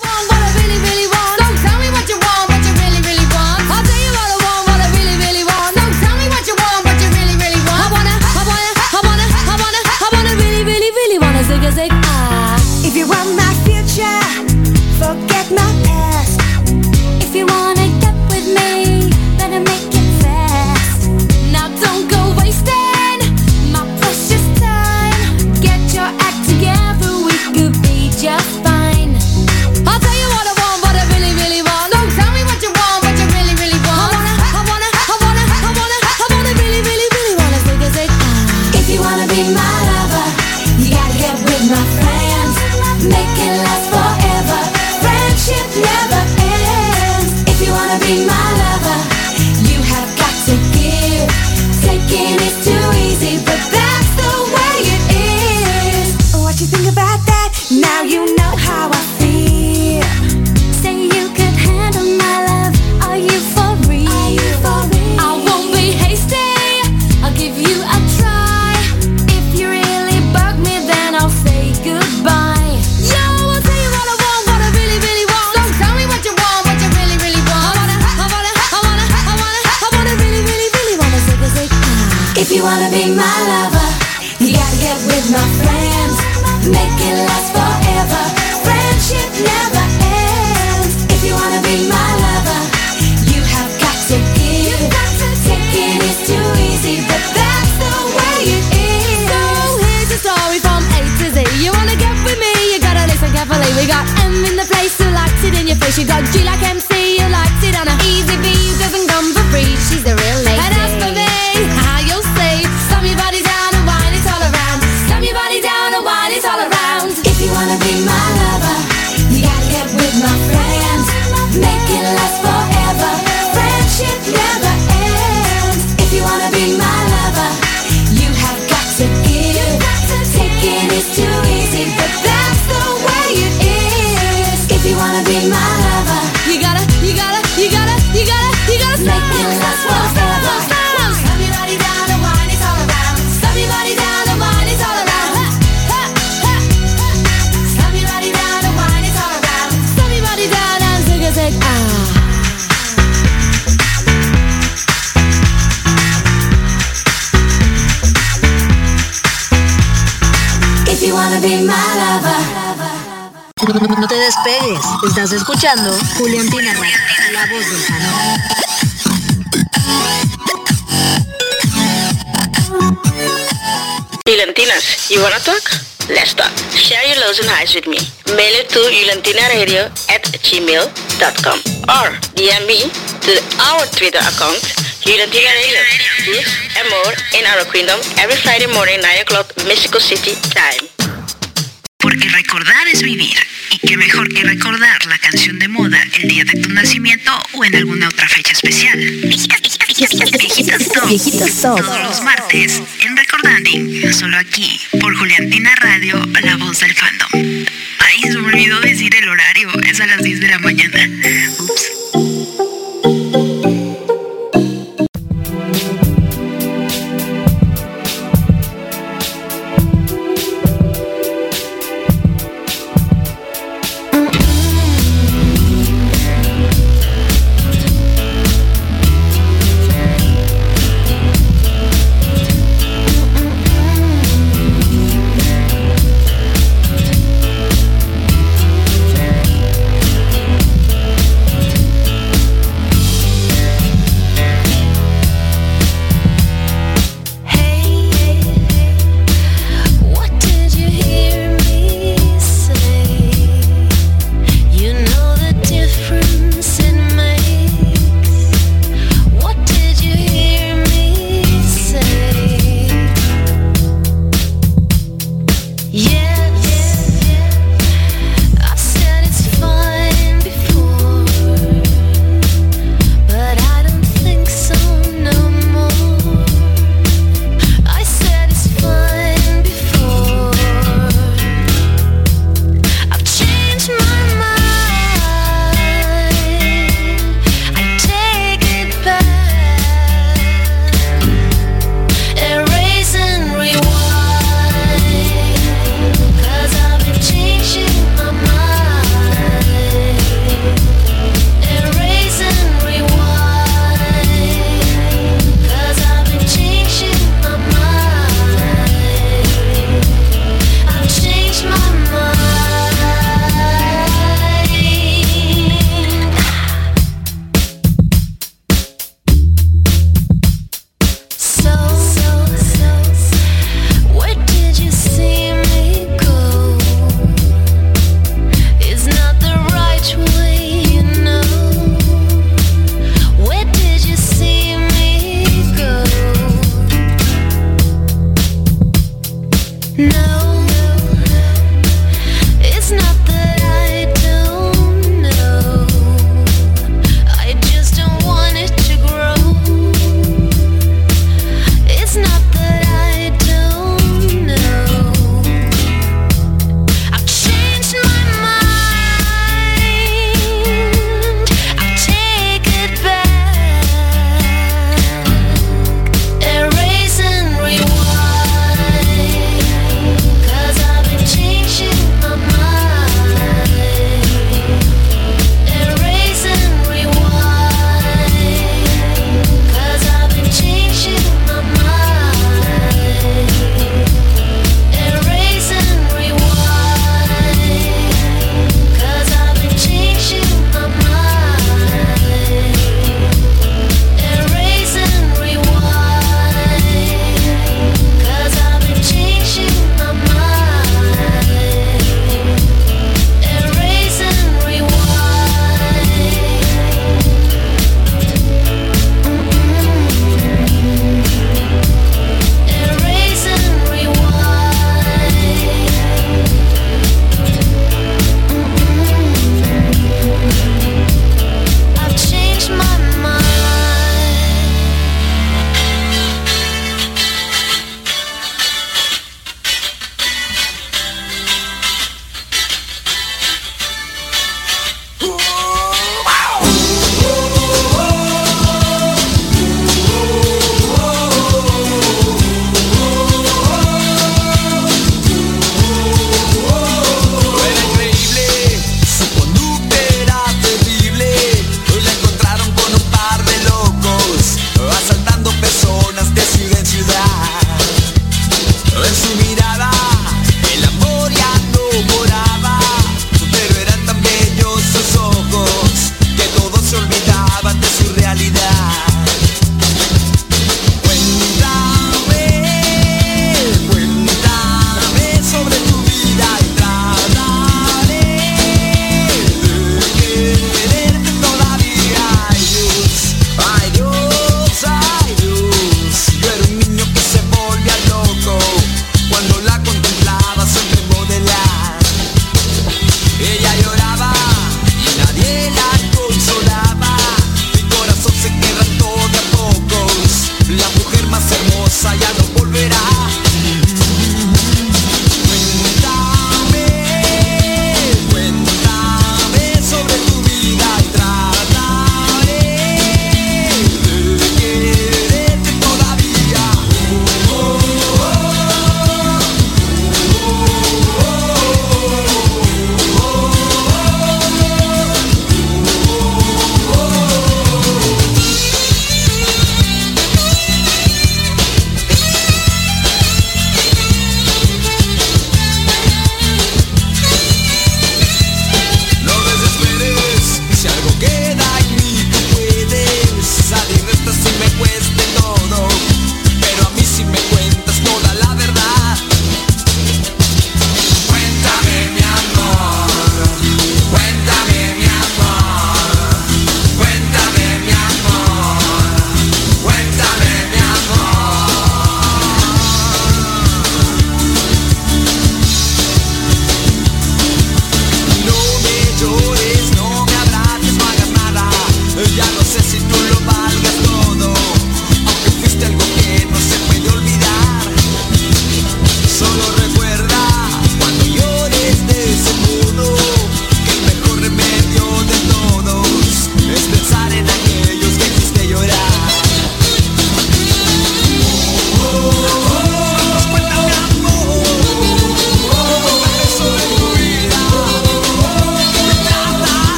If you want my future, forget my past. If you wanna get with me, better make it fast. Now don't go wasting my precious time. Get your act together, we could be just fine. I'll tell you what I want, what I really, really want. Don't tell me what you want, what you really, really want. I wanna, I wanna, I wanna, I wanna, I wanna really, really, really wanna say, say, ah. If you wanna be my lover, you gotta get with my friends. Make it last forever. Friendship never ends. If you wanna be my lover, you have got to give. Taking is too easy, but that's the way it is. What you think about that? Now you know how I feel. Say you could handle my love. Are you for real? Are you for real? I won't be hasty. I'll give you a try. If you really bug me, then I'll say goodbye. If you wanna be my lover, you gotta get with my friends. Make it last forever. Friendship never ends. If you wanna be my lover, you have got to give. Taking is too easy, but that's the way it is. So here's your story from A to Z. You wanna get with me, you gotta listen carefully. We got M in the place who likes it in your face. You got G like M C, who likes it on a easy B, who doesn't come for free. She's the real lady. And as for me, how you'll say, slam your body down and wine it all around. Slam your body down and wine it all around. If you wanna be my lover, you gotta get with my friends. Make it last forever. Friendship never ends. If you wanna be my lover, you have got to give. Taking is too easy, but that's the way it is. If you wanna be my lover, you gotta, you gotta, you gotta, you gotta, you gotta make it last forever. Slam your body down and wine it all around. Slam your body down and wine it all around. Slam your body down and wine it all around. Slam your body down and zig a zig ah. If you wanna be my lover. No te despegues. Estás escuchando Juliantina Radio, la voz del fandom. Juliantinas, you wanna talk? Let's talk. Share your lows and highs with me. Mail it to juliantinaradio at gmail dot com or D M me to our Twitter account, Juliantina Radio. This and more in our kingdom every Friday morning, nine o'clock Mexico City time. Porque recordar es vivir. Y qué mejor que recordar la canción de moda el día de tu nacimiento o en alguna otra fecha especial. Viejitas, viejitas, viejitas, viejitas top. Viejitas top. Todos los martes en Recordanding, solo aquí, por Juliantina Radio, la voz del fandom. Ay, se me olvidó decir el horario, es a las diez de la mañana. Ups.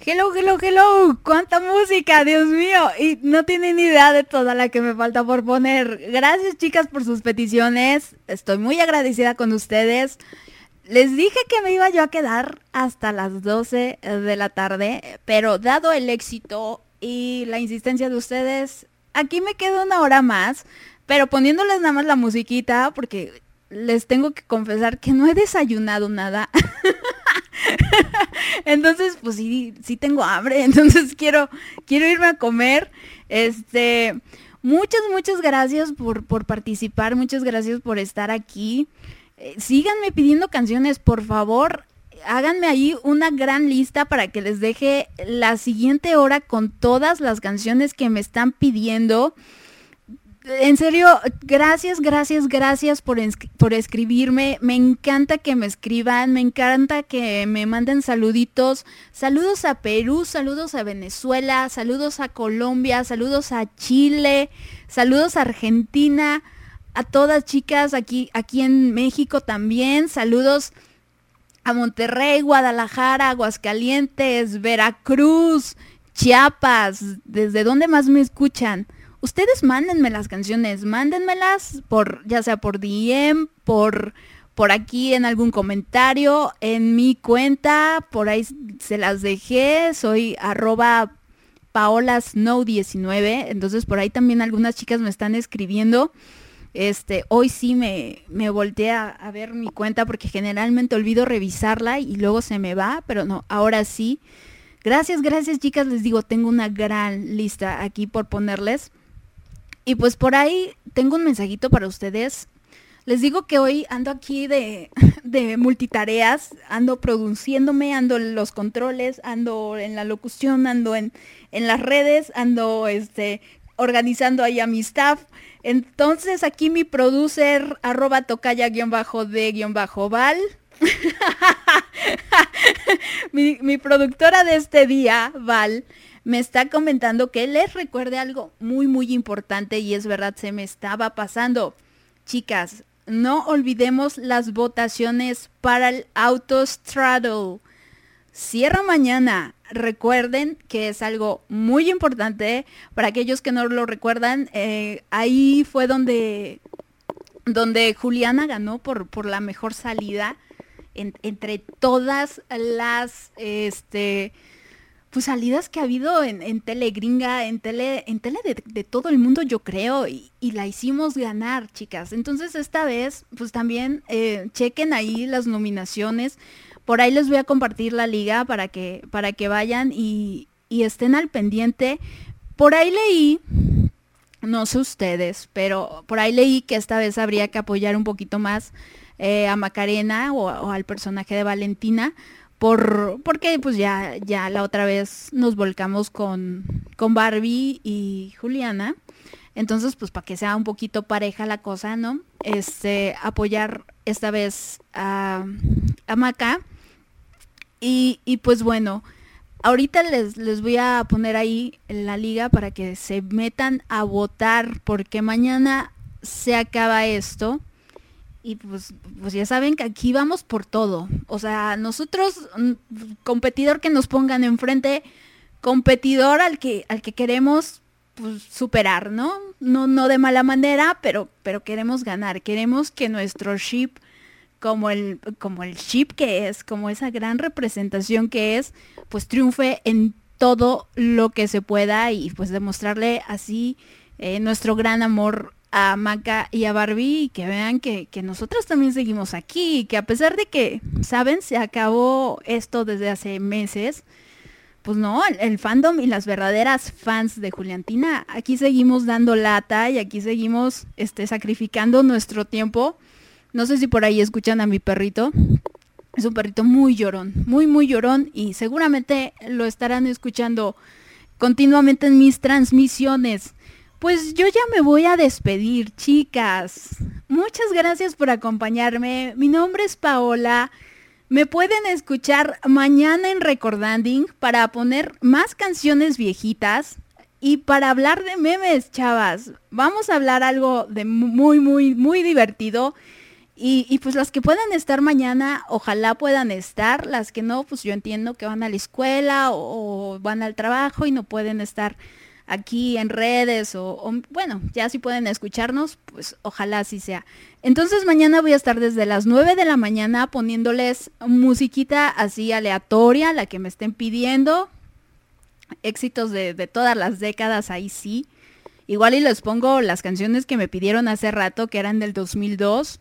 Hello, hello, hello, cuánta música, Dios mío, y no tienen idea de toda la que me falta por poner. Gracias, chicas, por sus peticiones, estoy muy agradecida con ustedes. Les dije que me iba yo a quedar hasta las doce de la tarde, pero dado el éxito y la insistencia de ustedes, aquí me quedo una hora más, pero poniéndoles nada más la musiquita, porque les tengo que confesar que no he desayunado nada. Entonces, pues sí, sí tengo hambre, entonces quiero, quiero irme a comer. Este, muchas, muchas gracias por, por participar, muchas gracias por estar aquí. Eh, síganme pidiendo canciones, por favor. Háganme ahí una gran lista para que les deje la siguiente hora con todas las canciones que me están pidiendo. En serio, gracias, gracias, gracias por, por escribirme. Me encanta que me escriban, me encanta que me manden saluditos. Saludos a Perú, saludos a Venezuela, saludos a Colombia, saludos a Chile, saludos a Argentina, a todas chicas aquí, aquí en México también. Saludos a Monterrey, Guadalajara, Aguascalientes, Veracruz, Chiapas. ¿Desde dónde más me escuchan? Ustedes mándenme las canciones, mándenmelas por, ya sea por D M, por, por aquí en algún comentario, en mi cuenta, por ahí se las dejé, soy arroba paolasnow diecinueve, entonces por ahí también algunas chicas me están escribiendo. Este, hoy sí me, me volteé a, a ver mi cuenta porque generalmente olvido revisarla y luego se me va, pero no, ahora sí. Gracias, gracias chicas, les digo, tengo una gran lista aquí por ponerles. Y pues por ahí tengo un mensajito para ustedes. Les digo que hoy ando aquí de, de multitareas, ando produciéndome, ando en los controles, ando en la locución, ando en, en las redes, ando este, organizando ahí a mi staff. Entonces aquí mi producer, arroba tocaya guión bajo de guión bajo val. mi, mi productora de este día, Val, me está comentando que les recuerde algo muy muy importante y es verdad, se me estaba pasando. Chicas, no olvidemos las votaciones para el Autostraddle. Cierra mañana. Recuerden que es algo muy importante. Para aquellos que no lo recuerdan, eh, ahí fue donde, donde Juliana ganó por, por la mejor salida en, entre todas las... este pues salidas que ha habido en, en tele gringa, en tele, en tele de, de todo el mundo, yo creo, y, y la hicimos ganar, chicas. Entonces esta vez, pues también eh, chequen ahí las nominaciones. Por ahí les voy a compartir la liga para que, para que vayan y, y estén al pendiente. Por ahí leí, no sé ustedes, pero por ahí leí que esta vez habría que apoyar un poquito más eh, a Macarena o, o al personaje de Valentina. Por, porque pues ya, ya la otra vez nos volcamos con, con Barbie y Juliana. Entonces, pues para que sea un poquito pareja la cosa, ¿no? Este, apoyar esta vez a, a Maca. Y, y pues bueno, ahorita les, les voy a poner ahí en la liga para que se metan a votar, porque mañana se acaba esto. Y pues, pues ya saben que aquí vamos por todo. O sea, nosotros, competidor que nos pongan enfrente, competidor al que, al que queremos pues, superar, ¿no? No, no de mala manera, pero, pero queremos ganar. Queremos que nuestro ship, como el, como el ship que es, como esa gran representación que es, pues triunfe en todo lo que se pueda y pues demostrarle así eh, nuestro gran amor a Maca y a Barbie, y que vean que, que nosotros también seguimos aquí, que a pesar de que, saben, se acabó esto desde hace meses, pues no, el, el fandom y las verdaderas fans de Juliantina, aquí seguimos dando lata y aquí seguimos este, sacrificando nuestro tiempo. No sé si por ahí escuchan a mi perrito, es un perrito muy llorón, muy muy llorón, y seguramente lo estarán escuchando continuamente en mis transmisiones. Pues yo ya me voy a despedir, chicas. Muchas gracias por acompañarme. Mi nombre es Paola. Me pueden escuchar mañana en Recordanding para poner más canciones viejitas y para hablar de memes, chavas. Vamos a hablar algo de muy, muy, muy divertido. Y, y pues las que puedan estar mañana, ojalá puedan estar. Las que no, pues yo entiendo que van a la escuela o, o van al trabajo y no pueden estar aquí en redes o, o bueno, ya si pueden escucharnos, pues ojalá así sea. Entonces mañana voy a estar desde las nueve de la mañana poniéndoles musiquita así aleatoria, la que me estén pidiendo. Éxitos de, de todas las décadas, ahí sí. Igual y les pongo las canciones que me pidieron hace rato, que eran del dos mil dos.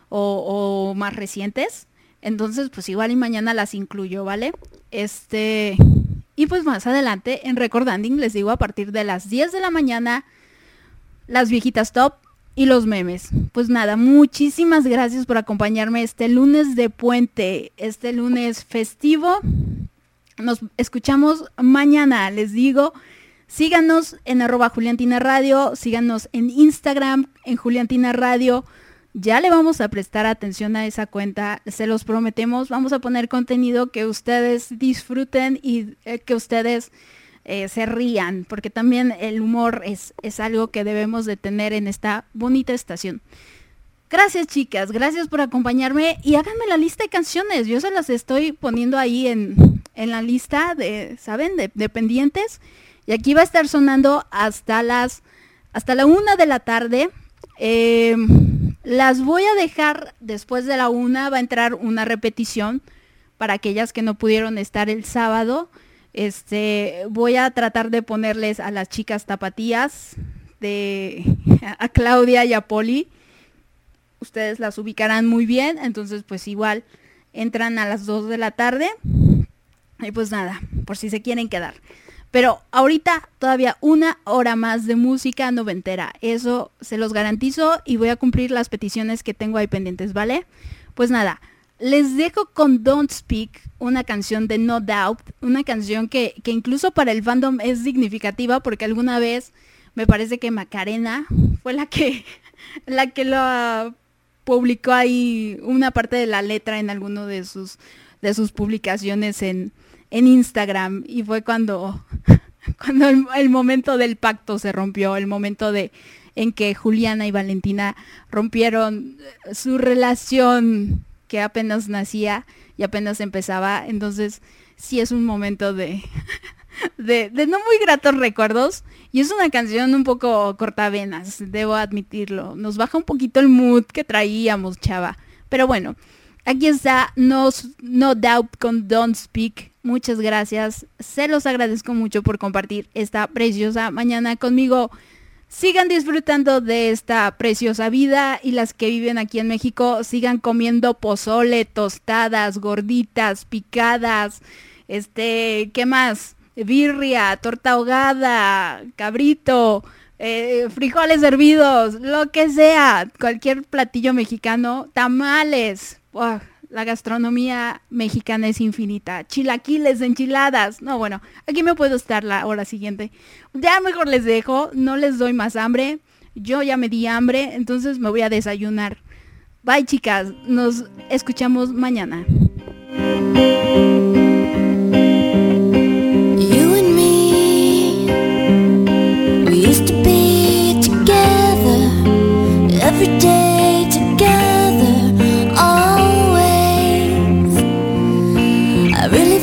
O, o más recientes, entonces pues igual y mañana las incluyo, ¿vale? Este, y pues más adelante en Recordanding les digo a partir de las diez de la mañana las viejitas top y los memes. Pues nada, muchísimas gracias por acompañarme este lunes de puente, este lunes festivo. Nos escuchamos mañana, les digo. Síganos en arroba Juliantina Radio, síganos en Instagram, en Juliantina Radio. Ya le vamos a prestar atención a esa cuenta, se los prometemos. Vamos a poner contenido que ustedes disfruten y eh, que ustedes eh, se rían, porque también el humor es, es algo que debemos de tener en esta bonita estación. Gracias, chicas, gracias por acompañarme y háganme la lista de canciones. Yo se las estoy poniendo ahí en, en la lista de, ¿saben? De, de pendientes. Y aquí va a estar sonando hasta las hasta la una de la tarde. Eh... Las voy a dejar después de la una, va a entrar una repetición para aquellas que no pudieron estar el sábado. Este, voy a tratar de ponerles a las chicas tapatías, de, a Claudia y a Poli. Ustedes las ubicarán muy bien, entonces pues igual entran a las dos de la tarde. Y pues nada, por si se quieren quedar. Pero ahorita todavía una hora más de música noventera. Eso se los garantizo y voy a cumplir las peticiones que tengo ahí pendientes, ¿vale? Pues nada, les dejo con Don't Speak, una canción de No Doubt. Una canción que, que incluso para el fandom es significativa porque alguna vez me parece que Macarena fue la que, la que lo publicó ahí una parte de la letra en alguno de sus, de sus publicaciones en... en Instagram, y fue cuando, cuando el, el momento del pacto se rompió, el momento de en que Juliana y Valentina rompieron su relación que apenas nacía y apenas empezaba. Entonces sí es un momento de, de, de no muy gratos recuerdos, y es una canción un poco cortavenas, debo admitirlo, nos baja un poquito el mood que traíamos, chava, pero bueno. Aquí está No, no Doubt con Don't Speak. Muchas gracias. Se los agradezco mucho por compartir esta preciosa mañana conmigo. Sigan disfrutando de esta preciosa vida, y las que viven aquí en México sigan comiendo pozole, tostadas, gorditas, picadas, este, ¿qué más? Birria, torta ahogada, cabrito, eh, frijoles hervidos, lo que sea, cualquier platillo mexicano, tamales. Wow, la gastronomía mexicana es infinita. Chilaquiles, enchiladas. No, bueno, aquí me puedo estar la hora siguiente. Ya mejor les dejo, no les doy más hambre. Yo ya me di hambre, entonces me voy a desayunar. Bye, chicas, nos escuchamos mañana. You and me, we used to be together every day together. I really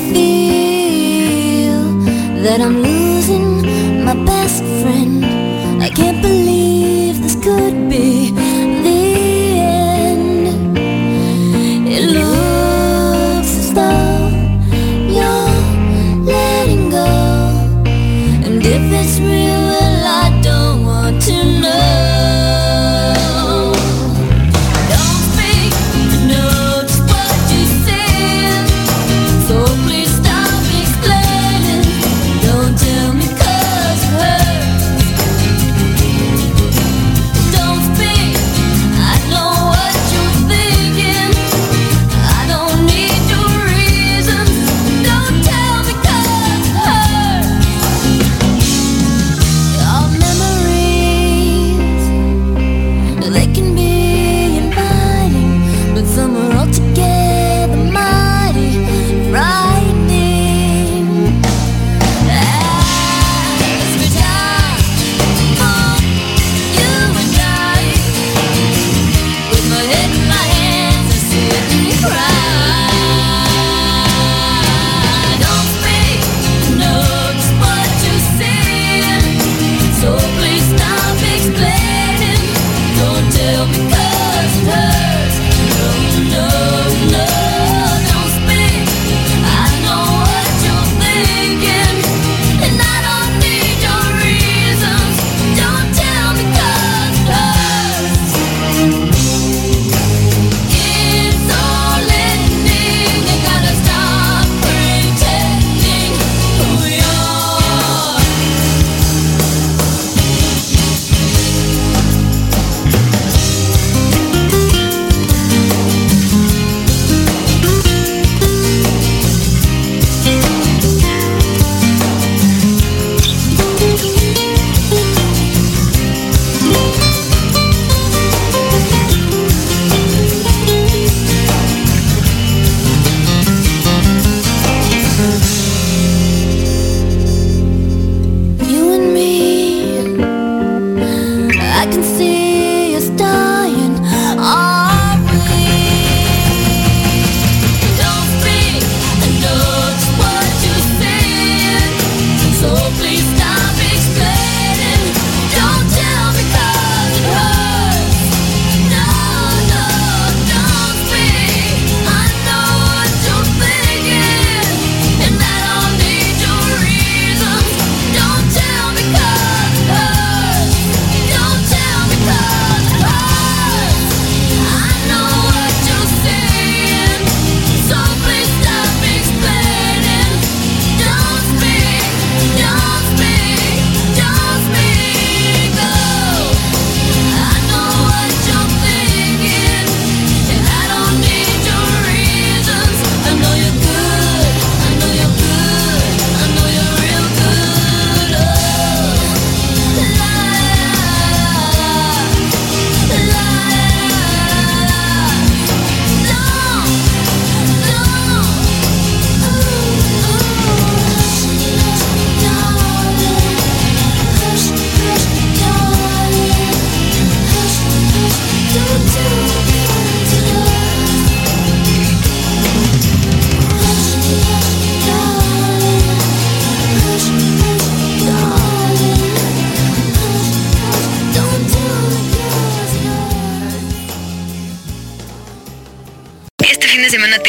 feel that I'm losing my best friend. I can't believe this could be the end. It looks as though you're letting go, and if it's real, well, I don't want to know. Tell me 'cause it hurts. Don't speak.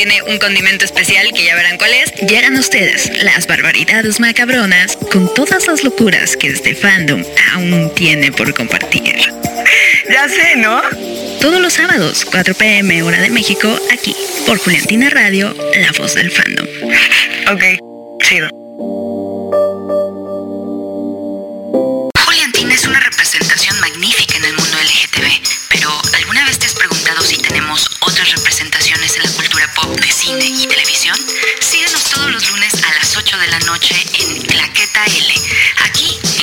tiene un condimento especial que ya verán cuál es. Llegan ustedes las barbaridades macabronas con todas las locuras que este fandom aún tiene por compartir. Ya sé, ¿no? Todos los sábados, cuatro pm hora de México, aquí, por Juliantina Radio, la voz del fandom. Ok, chido. Juliantina es una representación magnífica en el mundo L G T B, pero ¿alguna vez te has preguntado si tenemos otras representaciones en la cultura pop de cine y